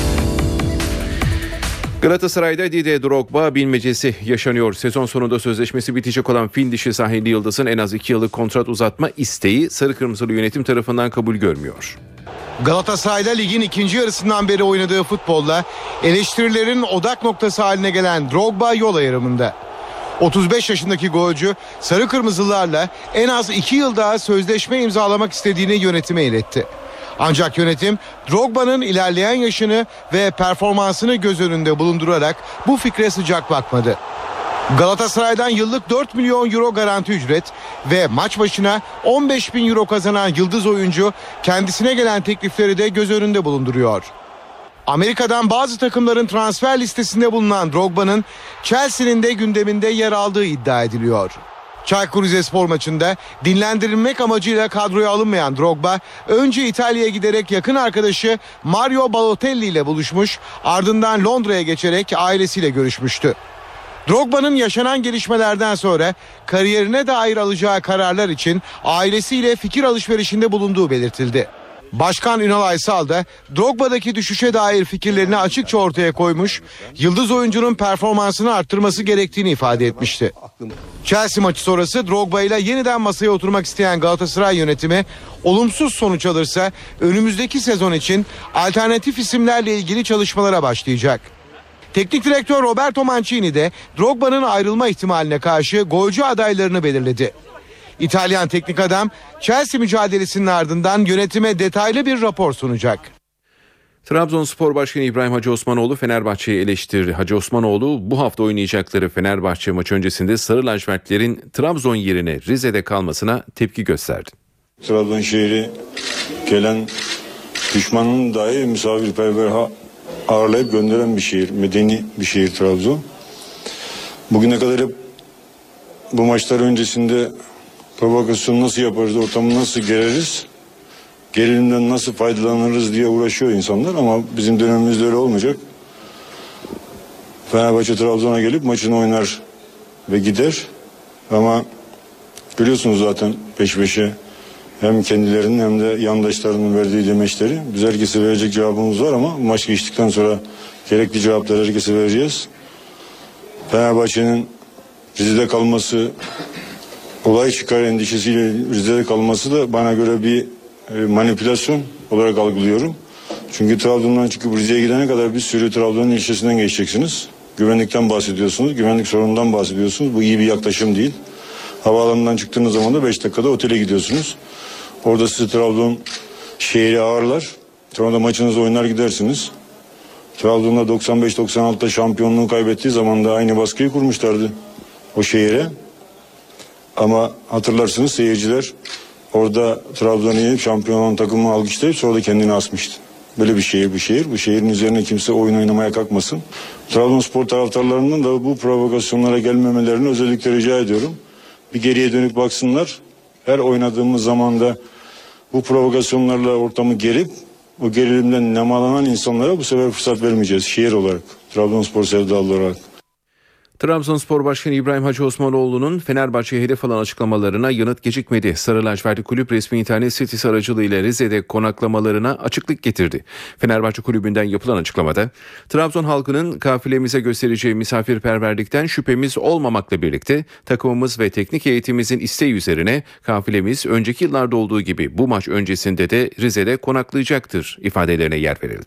[SPEAKER 19] Galatasaray'da Didier Drogba bilmecesi yaşanıyor. Sezon sonunda sözleşmesi bitecek olan fil dişi sahilli yıldızın en az 2 yıllık kontrat uzatma isteği sarı kırmızılı yönetim tarafından kabul görmüyor.
[SPEAKER 22] Galatasaray'da ligin ikinci yarısından beri oynadığı futbolla eleştirilerin odak noktası haline gelen Drogba yol ayrımında. 35 yaşındaki golcü sarı kırmızılarla en az 2 yıl daha sözleşme imzalamak istediğini yönetime iletti. Ancak yönetim Drogba'nın ilerleyen yaşını ve performansını göz önünde bulundurarak bu fikre sıcak bakmadı. Galatasaray'dan yıllık 4 milyon euro garanti ücret ve maç başına 15 bin euro kazanan yıldız oyuncu kendisine gelen teklifleri de göz önünde bulunduruyor. Amerika'dan bazı takımların transfer listesinde bulunan Drogba'nın Chelsea'nin de gündeminde yer aldığı iddia ediliyor. Çaykur Rizespor maçında dinlendirilmek amacıyla kadroya alınmayan Drogba önce İtalya'ya giderek yakın arkadaşı Mario Balotelli ile buluşmuş, ardından Londra'ya geçerek ailesiyle görüşmüştü. Drogba'nın yaşanan gelişmelerden sonra kariyerine dair alacağı kararlar için ailesiyle fikir alışverişinde bulunduğu belirtildi. Başkan Ünal Aysal da Drogba'daki düşüşe dair fikirlerini açıkça ortaya koymuş, yıldız oyuncunun performansını arttırması gerektiğini ifade etmişti. Chelsea maçı sonrası Drogba ile yeniden masaya oturmak isteyen Galatasaray yönetimi olumsuz sonuç alırsa önümüzdeki sezon için alternatif isimlerle ilgili çalışmalara başlayacak. Teknik direktör Roberto Mancini de Drogba'nın ayrılma ihtimaline karşı golcü adaylarını belirledi. İtalyan teknik adam Chelsea mücadelesinin ardından yönetime detaylı bir rapor sunacak.
[SPEAKER 19] Trabzonspor Başkanı İbrahim Hacı Osmanoğlu Fenerbahçe'yi eleştirdi. Hacı Osmanoğlu bu hafta oynayacakları Fenerbahçe maçı öncesinde Sarı Lacivertlerin Trabzon yerine Rize'de kalmasına tepki gösterdi.
[SPEAKER 5] Trabzon şehri gelen düşmanın dahi misafirperver ağırlayıp gönderen bir şehir. Medeni bir şehir Trabzon. Bugüne kadar hep bu maçlar öncesinde provokasyon nasıl yaparız, ortamı nasıl gereriz, gerilimden nasıl faydalanırız diye uğraşıyor insanlar ama bizim dönemimizde öyle olmayacak. Fenerbahçe Trabzon'a gelip maçını oynar ve gider ama biliyorsunuz zaten peş peşe hem kendilerinin hem de yandaşlarının verdiği demeçleri. Biz herkese verecek cevabımız var ama maç geçtikten sonra gerekli cevapları herkese vereceğiz. Fenerbahçe'nin Rize'de kalması, olay çıkar endişesiyle Rize'de kalması da bana göre bir manipülasyon olarak algılıyorum. Çünkü Trabzon'dan çıkıp Rize'ye gidene kadar bir sürü Trabzon'un ilçesinden geçeceksiniz. Güvenlikten bahsediyorsunuz, güvenlik sorunundan bahsediyorsunuz. Bu iyi bir yaklaşım değil. Havaalanından çıktığınız zaman da 5 dakikada otele gidiyorsunuz. Orada sizi Trabzon şehri ağırlar. Sonra da maçınızı oynar gidersiniz. Trabzon'da 95-96'da şampiyonluğu kaybettiği zaman da aynı baskıyı kurmuşlardı o şehire. Ama hatırlarsınız seyirciler orada Trabzon'u yenip şampiyon olan takımı alkışlayıp sonra da kendini asmıştı. Böyle bir şehir bu şehir. Bu şehrin üzerine kimse oyun oynamaya kalkmasın. Trabzonspor taraftarlarının da bu provokasyonlara gelmemelerini özellikle rica ediyorum. Bir geriye dönük baksınlar. Her oynadığımız zaman da bu provokasyonlarla ortamı gerip o gerilimden nemalanan insanlara bu sefer fırsat vermeyeceğiz şehir olarak. Trabzonspor sevdalı olarak.
[SPEAKER 19] Trabzonspor Başkanı İbrahim Hacı Osmanoğlu'nun Fenerbahçe'ye hedef alan açıklamalarına yanıt gecikmedi. Sarı lacivertli kulüp resmi internet sitesi aracılığıyla Rize'de konaklamalarına açıklık getirdi. Fenerbahçe kulübünden yapılan açıklamada Trabzon halkının kafilemize göstereceği misafirperverlikten şüphemiz olmamakla birlikte takımımız ve teknik heyetimizin isteği üzerine kafilemiz önceki yıllarda olduğu gibi bu maç öncesinde de Rize'de konaklayacaktır ifadelerine yer verildi.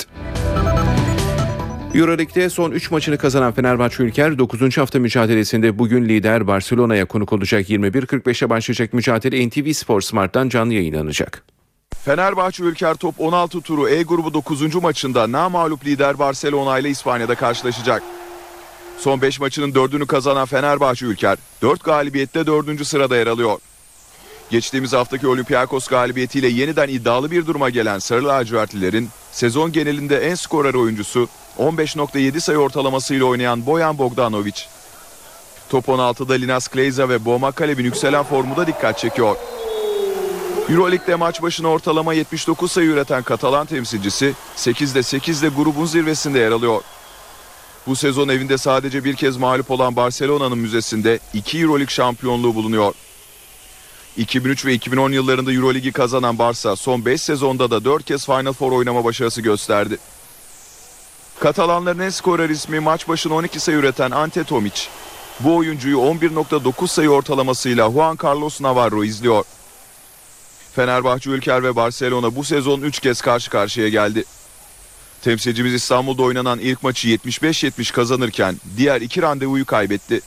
[SPEAKER 19] Euroleague'de son 3 maçını kazanan Fenerbahçe Ülker 9. hafta mücadelesinde bugün lider Barcelona'ya konuk olacak. 21.45'e başlayacak mücadele NTV Spor Smart'tan canlı yayınlanacak.
[SPEAKER 21] Fenerbahçe Ülker Top 16 turu E grubu 9. maçında namağlup lider Barcelona ile İspanya'da karşılaşacak. Son 5 maçının 4'ünü kazanan Fenerbahçe Ülker 4 galibiyette 4. sırada yer alıyor. Geçtiğimiz haftaki Olympiakos galibiyetiyle yeniden iddialı bir duruma gelen Sarı lacivertlilerin sezon genelinde en skorer oyuncusu 15.7 sayı ortalamasıyla oynayan Bojan Bogdanovic. Top 16'da Linas Kleiza ve Bo Makalev'in yükselen formu da dikkat çekiyor. Euroleague'de maç başına ortalama 79 sayı üreten Katalan temsilcisi 8'de 8'de grubun zirvesinde yer alıyor. Bu sezon evinde sadece bir kez mağlup olan Barcelona'nın müzesinde 2 Euroleague şampiyonluğu bulunuyor. 2003 ve 2010 yıllarında Euroleague'i kazanan Barça son 5 sezonda da 4 kez Final Four oynama başarısı gösterdi. Katalanların en skorer ismi maç başına 12 sayı üreten Ante Tomic. Bu oyuncuyu 11.9 sayı ortalamasıyla Juan Carlos Navarro izliyor. Fenerbahçe Ülker ve Barcelona bu sezon 3 kez karşı karşıya geldi. Temsilcimiz İstanbul'da oynanan ilk maçı 75-70 kazanırken diğer 2 randevuyu kaybetti.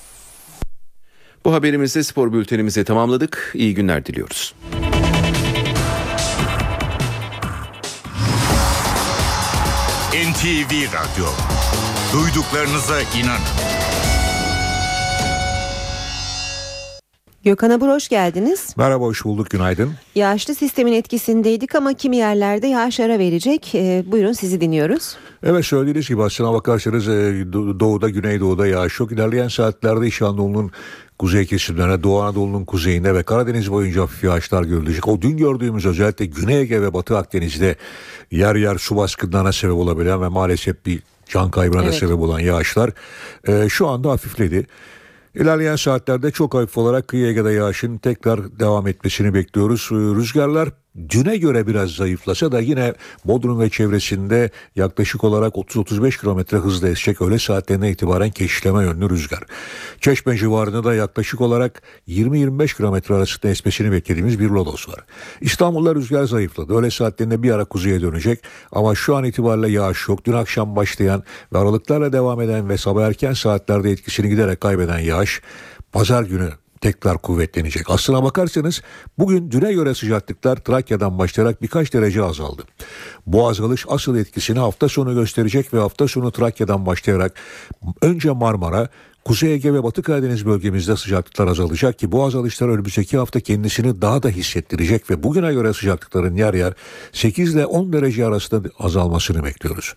[SPEAKER 19] Bu haberimizle spor bültenimizi tamamladık. İyi günler diliyoruz.
[SPEAKER 3] NTV Radyo. Duyduklarınıza inanın.
[SPEAKER 1] Gökhan Abur hoş geldiniz.
[SPEAKER 7] Merhaba, hoş bulduk, günaydın.
[SPEAKER 1] Yağışlı sistemin etkisindeydik ama kimi yerlerde yağış ara verecek. Buyurun sizi dinliyoruz.
[SPEAKER 7] Evet, söylediğiniz gibi aslına bakarsanız doğuda, güneydoğuda yağış yok. İlerleyen saatlerde İç Anadolu'nun kuzey kesimlerine, Doğu Anadolu'nun kuzeyinde ve Karadeniz boyunca hafif yağışlar görülecek. O dün gördüğümüz özellikle Güney Ege ve Batı Akdeniz'de yer yer su baskınlarına sebep olabilen ve maalesef bir can kaybına da sebep olan yağışlar şu anda hafifledi. İlerleyen saatlerde çok hafif olarak kıyı Ege'de yağışın tekrar devam etmesini bekliyoruz. Rüzgarlar düne göre biraz zayıflasa da yine Bodrum ve çevresinde yaklaşık olarak 30-35 kilometre hızla esecek öğle saatlerine itibaren keşişleme yönlü rüzgar. Çeşme civarında da yaklaşık olarak 20-25 kilometre arasında esmesini beklediğimiz bir lodos var. İstanbul'da rüzgar zayıfladı. Öğle saatlerinde bir ara kuzeye dönecek ama şu an itibariyle yağış yok. Dün akşam başlayan ve aralıklarla devam eden ve sabah erken saatlerde etkisini giderek kaybeden yağış Pazar günü tekrar kuvvetlenecek. Aslına bakarsanız bugün düne göre sıcaklıklar Trakya'dan başlayarak birkaç derece azaldı. Bu azalış asıl etkisini hafta sonu gösterecek ve hafta sonu Trakya'dan başlayarak önce Marmara, Kuzey Ege ve Batı Karadeniz bölgemizde sıcaklıklar azalacak ki bu azalışlar önümüzdeki hafta kendisini daha da hissettirecek ve bugüne göre sıcaklıkların yer yer 8 ile 10 derece arasında azalmasını bekliyoruz.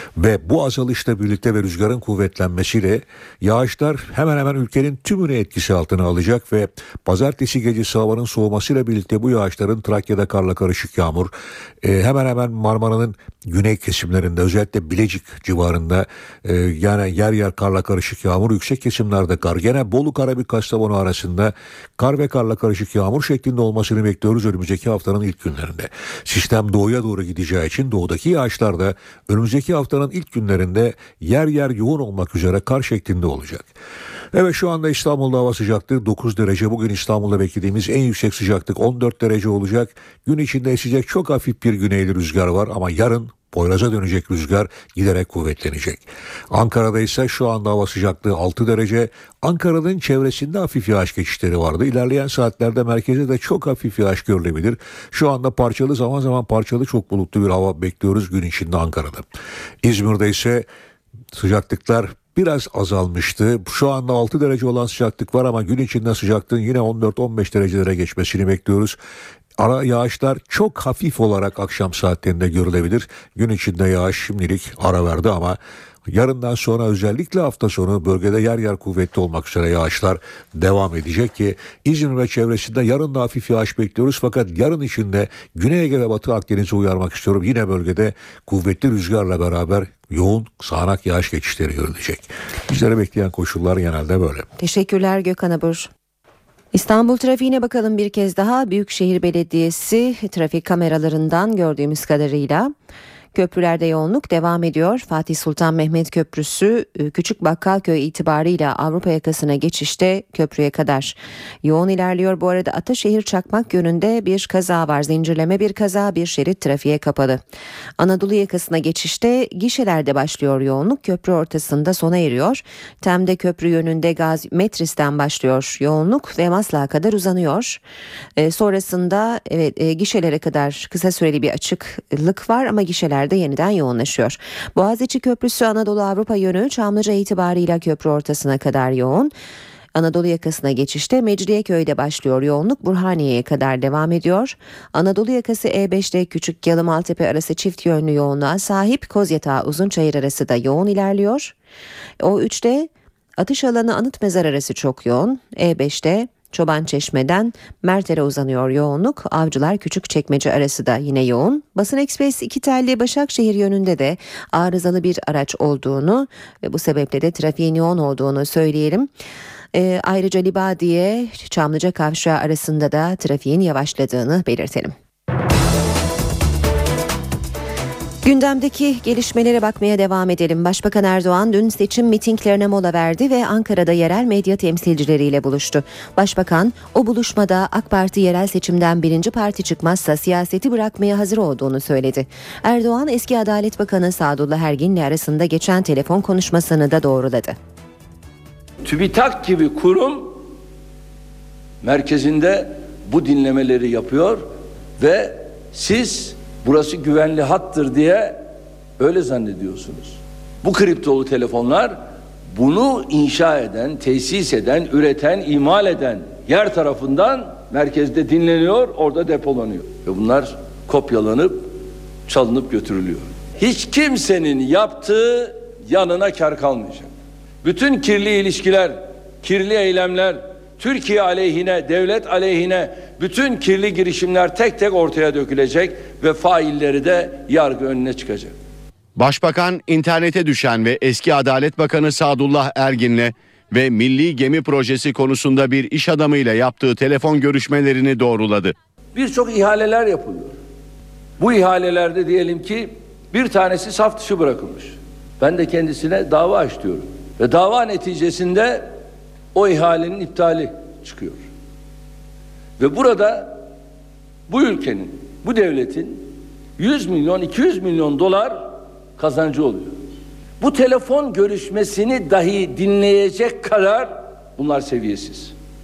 [SPEAKER 7] Ve bu azalışla birlikte ve rüzgarın kuvvetlenmesiyle yağışlar hemen hemen ülkenin tümünü etkisi altına alacak ve pazartesi gecesi havanın soğumasıyla birlikte bu yağışların Trakya'da karla karışık yağmur, hemen hemen Marmara'nın güney kesimlerinde özellikle Bilecik civarında yani yer yer karla karışık yağmur, yüksek kesimlerde kar, gene Bolu, Karabük, Kastamonu arasında kar ve karla karışık yağmur şeklinde olmasını bekliyoruz önümüzdeki haftanın ilk günlerinde. Sistem doğuya doğru gideceği için doğudaki yağışlar da önümüzdeki haftanın ilk günlerinde yer yer yoğun olmak üzere kar şeklinde olacak. Evet, şu anda İstanbul'da hava sıcaklığı 9 derece. Bugün İstanbul'da beklediğimiz en yüksek sıcaklık 14 derece olacak. Gün içinde esecek çok hafif bir güneyli rüzgar var ama yarın Poyraz'a dönecek rüzgar giderek kuvvetlenecek. Ankara'da ise şu anda hava sıcaklığı 6 derece. Ankara'nın çevresinde hafif yağış geçişleri vardı. İlerleyen saatlerde merkezde de çok hafif yağış görülebilir. Şu anda parçalı, zaman zaman parçalı, çok bulutlu bir hava bekliyoruz gün içinde Ankara'da. İzmir'de ise sıcaklıklar biraz azalmıştı. Şu anda 6 derece olan sıcaklık var ama gün içinde sıcaklığın yine 14-15 derecelere geçmesini bekliyoruz. Ara yağışlar çok hafif olarak akşam saatlerinde görülebilir. Gün içinde yağış şimdilik ara verdi ama yarından sonra özellikle hafta sonu bölgede yer yer kuvvetli olmak üzere yağışlar devam edecek ki İzmir ve çevresinde yarın da hafif yağış bekliyoruz. Fakat yarın içinde Güney Ege ve Batı Akdeniz'i uyarmak istiyorum. Yine bölgede kuvvetli rüzgarla beraber yoğun sağanak yağış geçişleri görülecek. Bizlere bekleyen koşullar genelde böyle.
[SPEAKER 1] Teşekkürler Gökhan Abur. İstanbul trafiğine bakalım bir kez daha. Büyükşehir Belediyesi trafik kameralarından gördüğümüz kadarıyla köprülerde yoğunluk devam ediyor. Fatih Sultan Mehmet Köprüsü Küçük Bakkalköy itibarıyla Avrupa yakasına geçişte köprüye kadar yoğun ilerliyor. Bu arada Ataşehir Çakmak yönünde bir kaza var. Zincirleme bir kaza, bir şerit trafiğe kapalı. Anadolu yakasına geçişte gişelerde başlıyor yoğunluk. Köprü ortasında sona eriyor. Tem'de köprü yönünde Metris'ten başlıyor yoğunluk ve Maslak'a kadar uzanıyor. Sonrasında gişelere kadar kısa süreli bir açıklık var ama gişeler de yeniden yoğunlaşıyor. Boğaziçi Köprüsü Anadolu Avrupa yönü Çamlıca itibarıyla köprü ortasına kadar yoğun. Anadolu yakasına geçişte Mecidiyeköy'de başlıyor yoğunluk, Burhaniye'ye kadar devam ediyor. Anadolu yakası E5'te Küçükyalı Maltepe arası çift yönlü yoğunluğa sahip. Kozyatağı Uzunçayır arası da yoğun ilerliyor. O3'te Atışalanı Anıtmezar arası çok yoğun. E5'te Çobançeşme'den Merter'e uzanıyor yoğunluk. Avcılar Küçükçekmece arası da yine yoğun. Basın Ekspres 2 telli Başakşehir yönünde de arızalı bir araç olduğunu ve bu sebeple de trafiğin yoğun olduğunu söyleyelim. Ayrıca Libadiye Çamlıca Kavşağı arasında da trafiğin yavaşladığını belirtelim. Gündemdeki gelişmelere bakmaya devam edelim. Başbakan Erdoğan dün seçim mitinglerine mola verdi ve Ankara'da yerel medya temsilcileriyle buluştu. Başbakan o buluşmada AK Parti yerel seçimden birinci parti çıkmazsa siyaseti bırakmaya hazır olduğunu söyledi. Erdoğan eski Adalet Bakanı Sadullah Ergin'le arasında geçen telefon konuşmasını da doğruladı.
[SPEAKER 9] TÜBİTAK gibi kurum merkezinde bu dinlemeleri yapıyor ve siz burası güvenli hattır diye öyle zannediyorsunuz. Bu kriptolu telefonlar bunu inşa eden, tesis eden, üreten, imal eden yer tarafından merkezde dinleniyor, orada depolanıyor. Ve bunlar kopyalanıp, çalınıp götürülüyor. Hiç kimsenin yaptığı yanına kar kalmayacak. Bütün kirli ilişkiler, kirli eylemler, Türkiye aleyhine, devlet aleyhine bütün kirli girişimler tek tek ortaya dökülecek ve failleri de yargı önüne çıkacak.
[SPEAKER 10] Başbakan internete düşen ve eski Adalet Bakanı Sadullah Ergin'le ve Milli Gemi Projesi konusunda bir iş adamıyla yaptığı telefon görüşmelerini doğruladı.
[SPEAKER 9] Birçok ihaleler yapılıyor. Bu ihalelerde diyelim ki bir tanesi saf dışı bırakılmış. Ben de kendisine dava aç diyorum. Ve dava neticesinde o ihalenin iptali çıkıyor. Ve burada bu ülkenin, bu devletin 100 milyon, 200 milyon dolar kazancı oluyor. Bu telefon görüşmesini dahi dinleyecek kadar bunlar seviyesiz.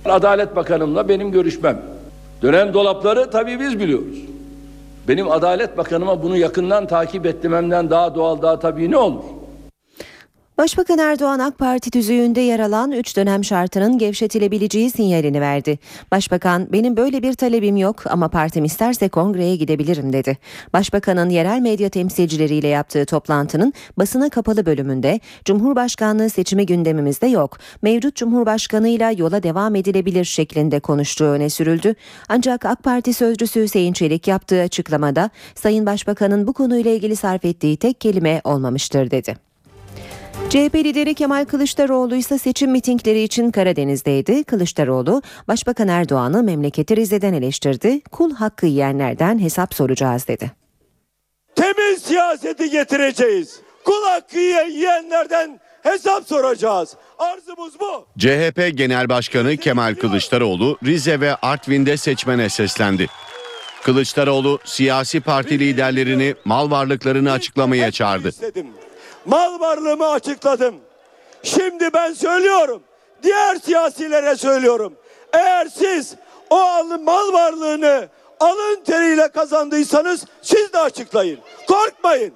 [SPEAKER 9] Adalet Bakanımla benim görüşmem. Dönem dolapları tabii biz biliyoruz. Benim Adalet Bakanıma bunu yakından takip etmemden daha doğal, daha tabii ne olur?
[SPEAKER 1] Başbakan Erdoğan AK Parti tüzüğünde yer alan 3 dönem şartının gevşetilebileceği sinyalini verdi. Başbakan, benim böyle bir talebim yok ama partim isterse kongreye gidebilirim dedi. Başbakanın yerel medya temsilcileriyle yaptığı toplantının basına kapalı bölümünde Cumhurbaşkanlığı seçimi gündemimizde yok, mevcut Cumhurbaşkanıyla yola devam edilebilir şeklinde konuştuğu öne sürüldü. Ancak AK Parti sözcüsü Hüseyin Çelik yaptığı açıklamada Sayın Başbakan'ın bu konuyla ilgili sarf ettiği tek kelime olmamıştır dedi. CHP lideri Kemal Kılıçdaroğlu ise seçim mitingleri için Karadeniz'deydi. Kılıçdaroğlu, Başbakan Erdoğan'ı memleketi Rize'den eleştirdi. Kul hakkı yiyenlerden hesap soracağız dedi.
[SPEAKER 11] Temiz siyaseti getireceğiz. Kul hakkı yiyenlerden hesap soracağız. Arzumuz bu.
[SPEAKER 10] CHP Genel Başkanı Kemal Kılıçdaroğlu Rize ve Artvin'de seçmene seslendi. Kılıçdaroğlu siyasi parti liderlerini mal varlıklarını açıklamaya çağırdı.
[SPEAKER 11] Mal varlığımı açıkladım. Şimdi ben söylüyorum. Diğer siyasilere söylüyorum. Eğer siz o mal varlığını alın teriyle kazandıysanız siz de açıklayın. Korkmayın.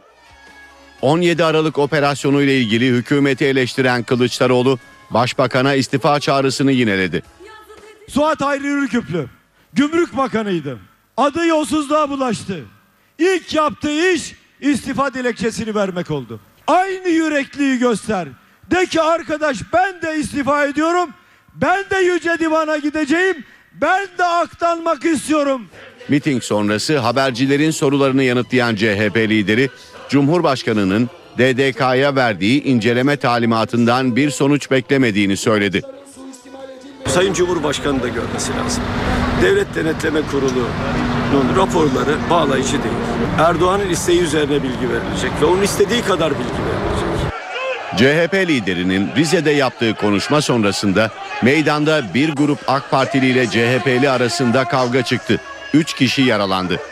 [SPEAKER 10] 17 Aralık operasyonu ile ilgili hükümeti eleştiren Kılıçdaroğlu, Başbakan'a istifa çağrısını yineledi.
[SPEAKER 11] Suat Hayri Ürküplü Gümrük Bakanıydı. Adı yolsuzluğa bulaştı. İlk yaptığı iş istifa dilekçesini vermek oldu. Aynı yürekliği göster. De ki arkadaş, ben de istifa ediyorum. Ben de Yüce Divan'a gideceğim. Ben de aktanmak istiyorum.
[SPEAKER 10] Miting sonrası habercilerin sorularını yanıtlayan CHP lideri, Cumhurbaşkanı'nın DDK'ya verdiği inceleme talimatından bir sonuç beklemediğini söyledi.
[SPEAKER 6] Sayın Cumhurbaşkanı da görmesi lazım. Devlet Denetleme Kurulu'nun raporları bağlayıcı değil. Erdoğan'ın isteği üzerine bilgi verilecek ve onun istediği kadar bilgi verilecek.
[SPEAKER 10] CHP liderinin Rize'de yaptığı konuşma sonrasında meydanda bir grup AK Partili ile CHP'li arasında kavga çıktı. 3 kişi yaralandı.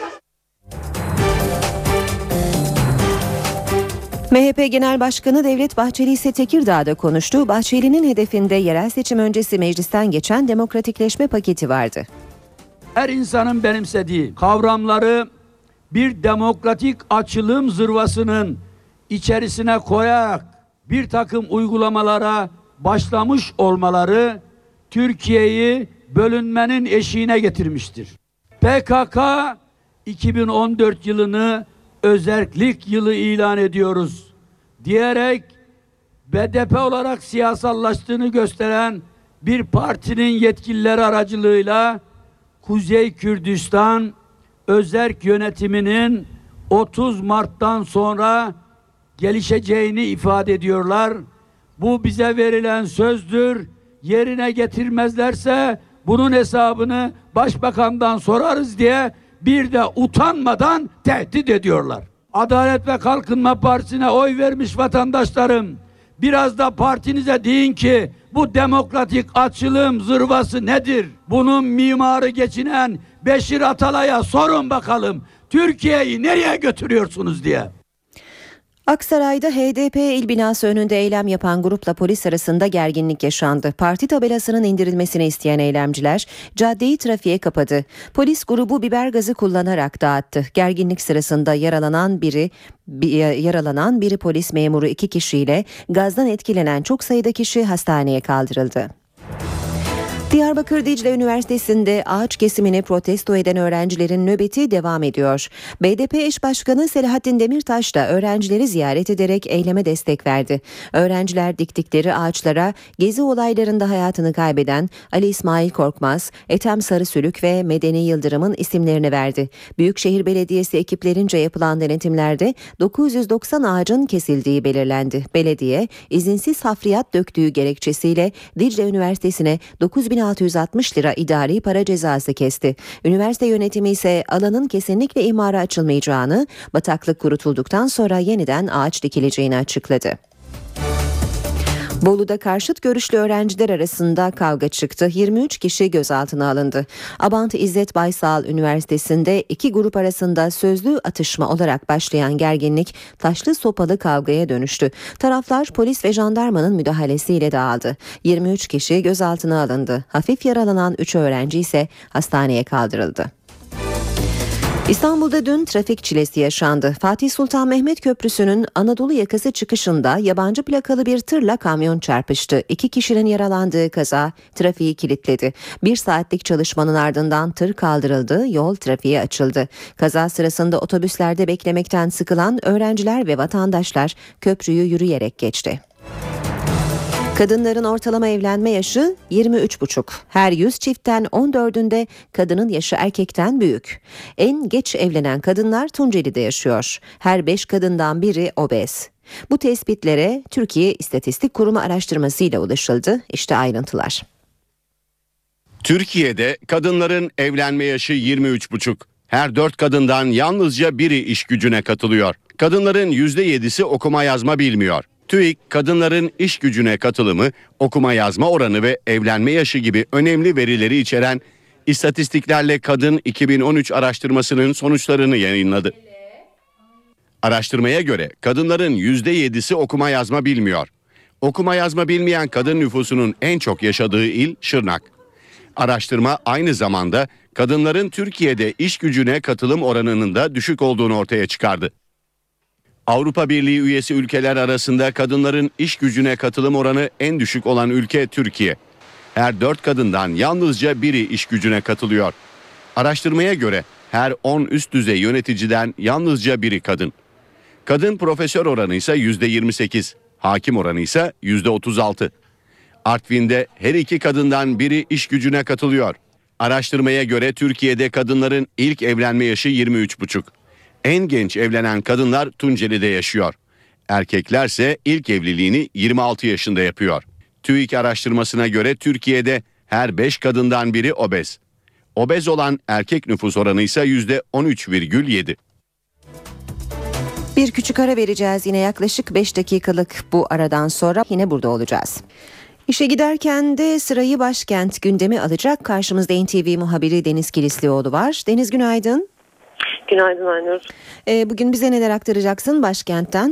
[SPEAKER 1] MHP Genel Başkanı Devlet Bahçeli ise Tekirdağ'da konuştu. Bahçeli'nin hedefinde yerel seçim öncesi meclisten geçen demokratikleşme paketi vardı.
[SPEAKER 12] Her insanın benimsediği kavramları bir demokratik açılım zırvasının içerisine koyarak bir takım uygulamalara başlamış olmaları Türkiye'yi bölünmenin eşiğine getirmiştir. PKK 2014 yılını özerklik yılı ilan ediyoruz diyerek BDP olarak siyasallaştığını gösteren bir partinin yetkilileri aracılığıyla Kuzey Kürdistan özerk yönetiminin 30 Mart'tan sonra gelişeceğini ifade ediyorlar. Bu bize verilen sözdür. Yerine getirmezlerse bunun hesabını başbakandan sorarız diye bir de utanmadan tehdit ediyorlar. Adalet ve Kalkınma Partisi'ne oy vermiş vatandaşlarım, biraz da partinize deyin ki bu demokratik açılım zırvası nedir? Bunun mimarı geçinen Beşir Atalay'a sorun bakalım. Türkiye'yi nereye götürüyorsunuz diye.
[SPEAKER 1] Aksaray'da HDP il binası önünde eylem yapan grupla polis arasında gerginlik yaşandı. Parti tabelasının indirilmesini isteyen eylemciler caddeyi trafiğe kapadı. Polis grubu biber gazı kullanarak dağıttı. Gerginlik sırasında yaralanan biri polis memuru 2 kişiyle gazdan etkilenen çok sayıda kişi hastaneye kaldırıldı. Diyarbakır Dicle Üniversitesi'nde ağaç kesimini protesto eden öğrencilerin nöbeti devam ediyor. BDP eş başkanı Selahattin Demirtaş da öğrencileri ziyaret ederek eyleme destek verdi. Öğrenciler diktikleri ağaçlara gezi olaylarında hayatını kaybeden Ali İsmail Korkmaz, Ethem Sarısülük ve Medeni Yıldırım'ın isimlerini verdi. Büyükşehir Belediyesi ekiplerince yapılan denetimlerde 990 ağacın kesildiği belirlendi. Belediye izinsiz hafriyat döktüğü gerekçesiyle Dicle Üniversitesi'ne 9.660 lira idari para cezası kesti. Üniversite yönetimi ise alanın kesinlikle imara açılmayacağını, bataklık kurutulduktan sonra yeniden ağaç dikileceğini açıkladı. Bolu'da karşıt görüşlü öğrenciler arasında kavga çıktı. 23 kişi gözaltına alındı. Abant İzzet Baysal Üniversitesi'nde iki grup arasında sözlü atışma olarak başlayan gerginlik taşlı sopalı kavgaya dönüştü. Taraflar polis ve jandarmanın müdahalesiyle dağıldı. 23 kişi gözaltına alındı. Hafif yaralanan 3 öğrenci ise hastaneye kaldırıldı. İstanbul'da dün trafik çilesi yaşandı. Fatih Sultan Mehmet Köprüsü'nün Anadolu yakası çıkışında yabancı plakalı bir tırla kamyon çarpıştı. 2 kişinin yaralandığı kaza trafiği kilitledi. 1 saatlik çalışmanın ardından tır kaldırıldı, yol trafiğe açıldı. Kaza sırasında otobüslerde beklemekten sıkılan öğrenciler ve vatandaşlar köprüyü yürüyerek geçti. Kadınların ortalama evlenme yaşı 23,5. Her 100 çiftten 14'ünde kadının yaşı erkekten büyük. En geç evlenen kadınlar Tunceli'de yaşıyor. Her 5 kadından biri obez. Bu tespitlere Türkiye İstatistik Kurumu araştırmasıyla ulaşıldı. İşte ayrıntılar.
[SPEAKER 10] Türkiye'de kadınların evlenme yaşı 23,5. Her 4 kadından yalnızca biri iş gücüne katılıyor. Kadınların %7'si okuma yazma bilmiyor. TÜİK, kadınların iş gücüne katılımı, okuma yazma oranı ve evlenme yaşı gibi önemli verileri içeren İstatistiklerle Kadın 2013 araştırmasının sonuçlarını yayınladı. Araştırmaya göre kadınların %7'si okuma yazma bilmiyor. Okuma yazma bilmeyen kadın nüfusunun en çok yaşadığı il Şırnak. Araştırma aynı zamanda kadınların Türkiye'de iş gücüne katılım oranının da düşük olduğunu ortaya çıkardı. Avrupa Birliği üyesi ülkeler arasında kadınların iş gücüne katılım oranı en düşük olan ülke Türkiye. Her 4 kadından yalnızca biri iş gücüne katılıyor. Araştırmaya göre her 10 üst düzey yöneticiden yalnızca biri kadın. Kadın profesör oranı ise %28, hakim oranı ise %36. Artvin'de her 2 kadından biri iş gücüne katılıyor. Araştırmaya göre Türkiye'de kadınların ilk evlenme yaşı 23,5. En genç evlenen kadınlar Tunceli'de yaşıyor. Erkeklerse ilk evliliğini 26 yaşında yapıyor. TÜİK araştırmasına göre Türkiye'de her 5 kadından biri obez. Obez olan erkek nüfus oranı ise %13,7.
[SPEAKER 1] Bir küçük ara vereceğiz, yine yaklaşık 5 dakikalık bu aradan sonra yine burada olacağız. İşe giderken de sırayı başkent gündemi alacak. Karşımızda NTV muhabiri Deniz Kilislioğlu var. Deniz, günaydın.
[SPEAKER 8] Günaydın Aynur.
[SPEAKER 1] Bugün bize neler aktaracaksın başkentten?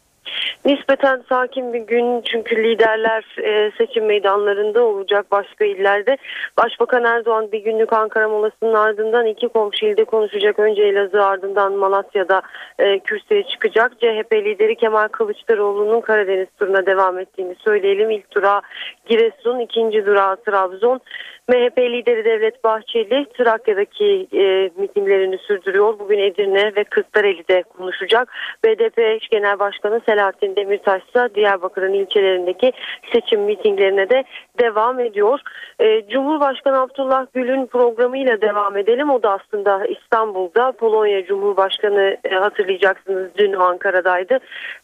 [SPEAKER 8] Nispeten sakin bir gün, çünkü liderler seçim meydanlarında olacak başka illerde. Başbakan Erdoğan bir günlük Ankara molasının ardından 2 komşu ilde konuşacak. Önce Elazığ, ardından Malatya'da kürsüye çıkacak. CHP lideri Kemal Kılıçdaroğlu'nun Karadeniz turuna devam ettiğini söyleyelim. İlk durağı Giresun, ikinci durağı Trabzon. MHP lideri Devlet Bahçeli Trakya'daki mitinglerini sürdürüyor. Bugün Edirne ve Kırklareli'de konuşacak. BDP eş genel başkanı Selahattin Demirtaş ise Diyarbakır'ın ilçelerindeki seçim mitinglerine de devam ediyor. Cumhurbaşkanı Abdullah Gül'ün programıyla devam edelim. O da aslında İstanbul'da. Polonya Cumhurbaşkanı hatırlayacaksınız dün Ankara'daydı.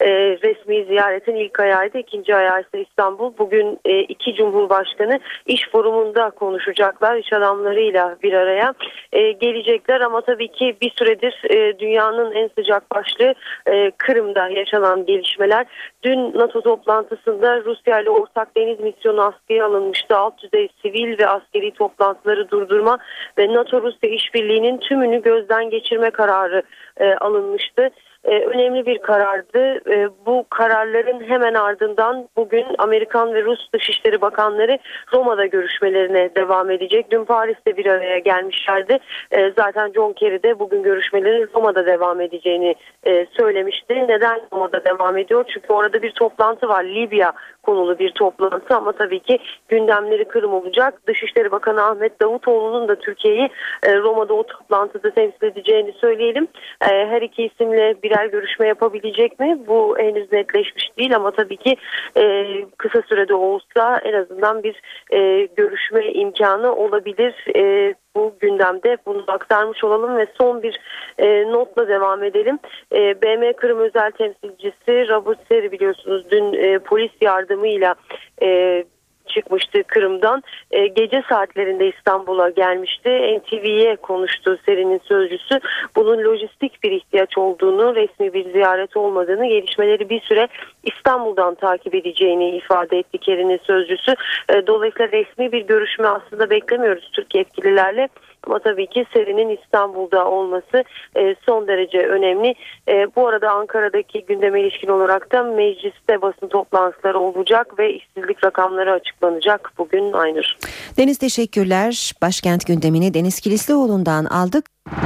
[SPEAKER 8] Resmi ziyaretin ilk ayağıydı. İkinci ayağı ise İstanbul. Bugün iki Cumhurbaşkanı iş forumunda konuşacaklar. İş adamlarıyla bir araya gelecekler, ama tabii ki bir süredir dünyanın en sıcak başlığı Kırım'da yaşanan gelişmeler. Dün NATO toplantısında Rusya ile ortak deniz misyonu askıya alınmıştı. Alt düzey sivil ve askeri toplantıları durdurma ve NATO-Rusya işbirliğinin tümünü gözden geçirme kararı alınmıştı. Önemli bir karardı. Bu kararların hemen ardından bugün Amerikan ve Rus Dışişleri Bakanları Roma'da görüşmelerine devam edecek. Dün Paris'te bir araya gelmişlerdi. Zaten John Kerry de bugün görüşmelerin Roma'da devam edeceğini söylemişti. Neden Roma'da devam ediyor? Çünkü orada bir toplantı var. Libya konulu bir toplantı, ama tabii ki gündemleri Kırım olacak. Dışişleri Bakanı Ahmet Davutoğlu'nun da Türkiye'yi Roma'da o toplantıda temsil edeceğini söyleyelim. Her iki isimle birer görüşme yapabilecek mi? Bu henüz netleşmiş değil, ama tabii ki kısa sürede olsa en azından bir görüşme imkanı olabilir. Bu gündemde bunu aktarmış olalım ve son bir notla devam edelim. BM Kırım özel temsilcisi Robert Seri, biliyorsunuz dün polis yardımıyla çıkmıştı Kırım'dan. Gece saatlerinde İstanbul'a gelmişti. NTV'ye konuştu serinin sözcüsü. Bunun lojistik bir ihtiyaç olduğunu, resmi bir ziyaret olmadığını, gelişmeleri bir süre İstanbul'dan takip edeceğini ifade etti Kerin'in sözcüsü. Dolayısıyla resmi bir görüşme aslında beklemiyoruz Türk yetkililerle. Ama tabii ki serinin İstanbul'da olması son derece önemli. Bu arada Ankara'daki gündeme ilişkin olarak da mecliste basın toplantıları olacak ve işsizlik rakamları açıklanacak bugün Aynur.
[SPEAKER 1] Deniz, teşekkürler. Başkent gündemini Deniz Kilislioğlu'ndan aldık.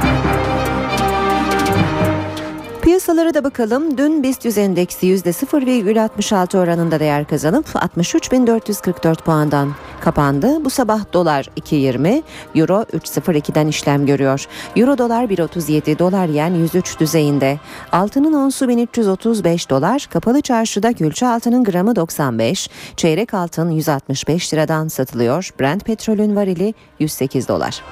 [SPEAKER 1] Piyasalara da bakalım. Dün BIST 100 endeksi %0,66 oranında değer kazanıp 63.444 puandan kapandı. Bu sabah dolar 2.20, euro 3.02'den işlem görüyor. Euro dolar 1.37, dolar yen 103 düzeyinde. Altının onsu 1335 dolar, kapalı çarşıda külçe altının gramı 95, çeyrek altın 165 liradan satılıyor. Brent petrolün varili 108 dolar.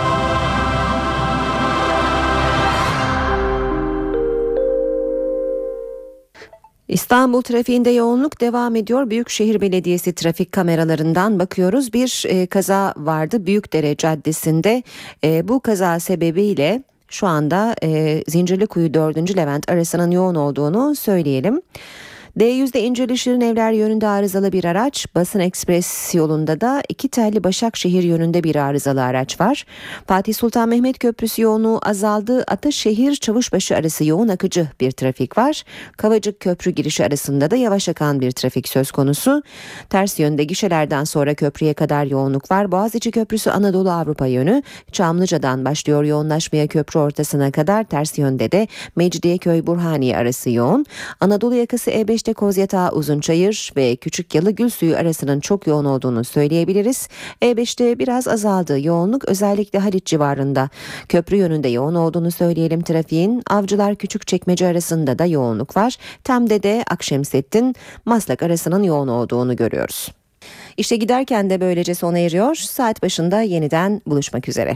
[SPEAKER 1] İstanbul trafiğinde yoğunluk devam ediyor. Büyükşehir Belediyesi trafik kameralarından bakıyoruz. Bir kaza vardı Büyükdere Caddesi'nde. Bu kaza sebebiyle şu anda Zincirlikuyu 4. Levent arasının yoğun olduğunu söyleyelim. D100'de İncirli Şirinevler yönünde arızalı bir araç, Basın Ekspres yolunda da iki telli Başakşehir yönünde bir arızalı araç var. Fatih Sultan Mehmet Köprüsü yoğunluğu azaldı. Ataşehir Çavuşbaşı arası yoğun akıcı bir trafik var. Kavacık Köprü girişi arasında da yavaş akan bir trafik söz konusu. Ters yönde gişelerden sonra köprüye kadar yoğunluk var. Boğaziçi Köprüsü Anadolu Avrupa yönü Çamlıca'dan başlıyor yoğunlaşmaya köprü ortasına kadar. Ters yönde de Mecidiyeköy Burhaniye arası yoğun. Anadolu yakası E5 Kozyatağı Uzunçayır ve Küçükyalı Gülsuyu arasının çok yoğun olduğunu söyleyebiliriz. E5'te biraz azaldı yoğunluk, özellikle Haliç civarında. Köprü yönünde yoğun olduğunu söyleyelim trafiğin. Avcılar Küçükçekmece arasında da yoğunluk var. Tem'de de Akşemsettin Maslak arasının yoğun olduğunu görüyoruz. İşte giderken de böylece sona eriyor. Saat başında yeniden buluşmak üzere.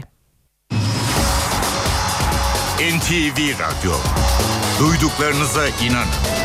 [SPEAKER 3] NTV Radyo. Duyduklarınıza inanın.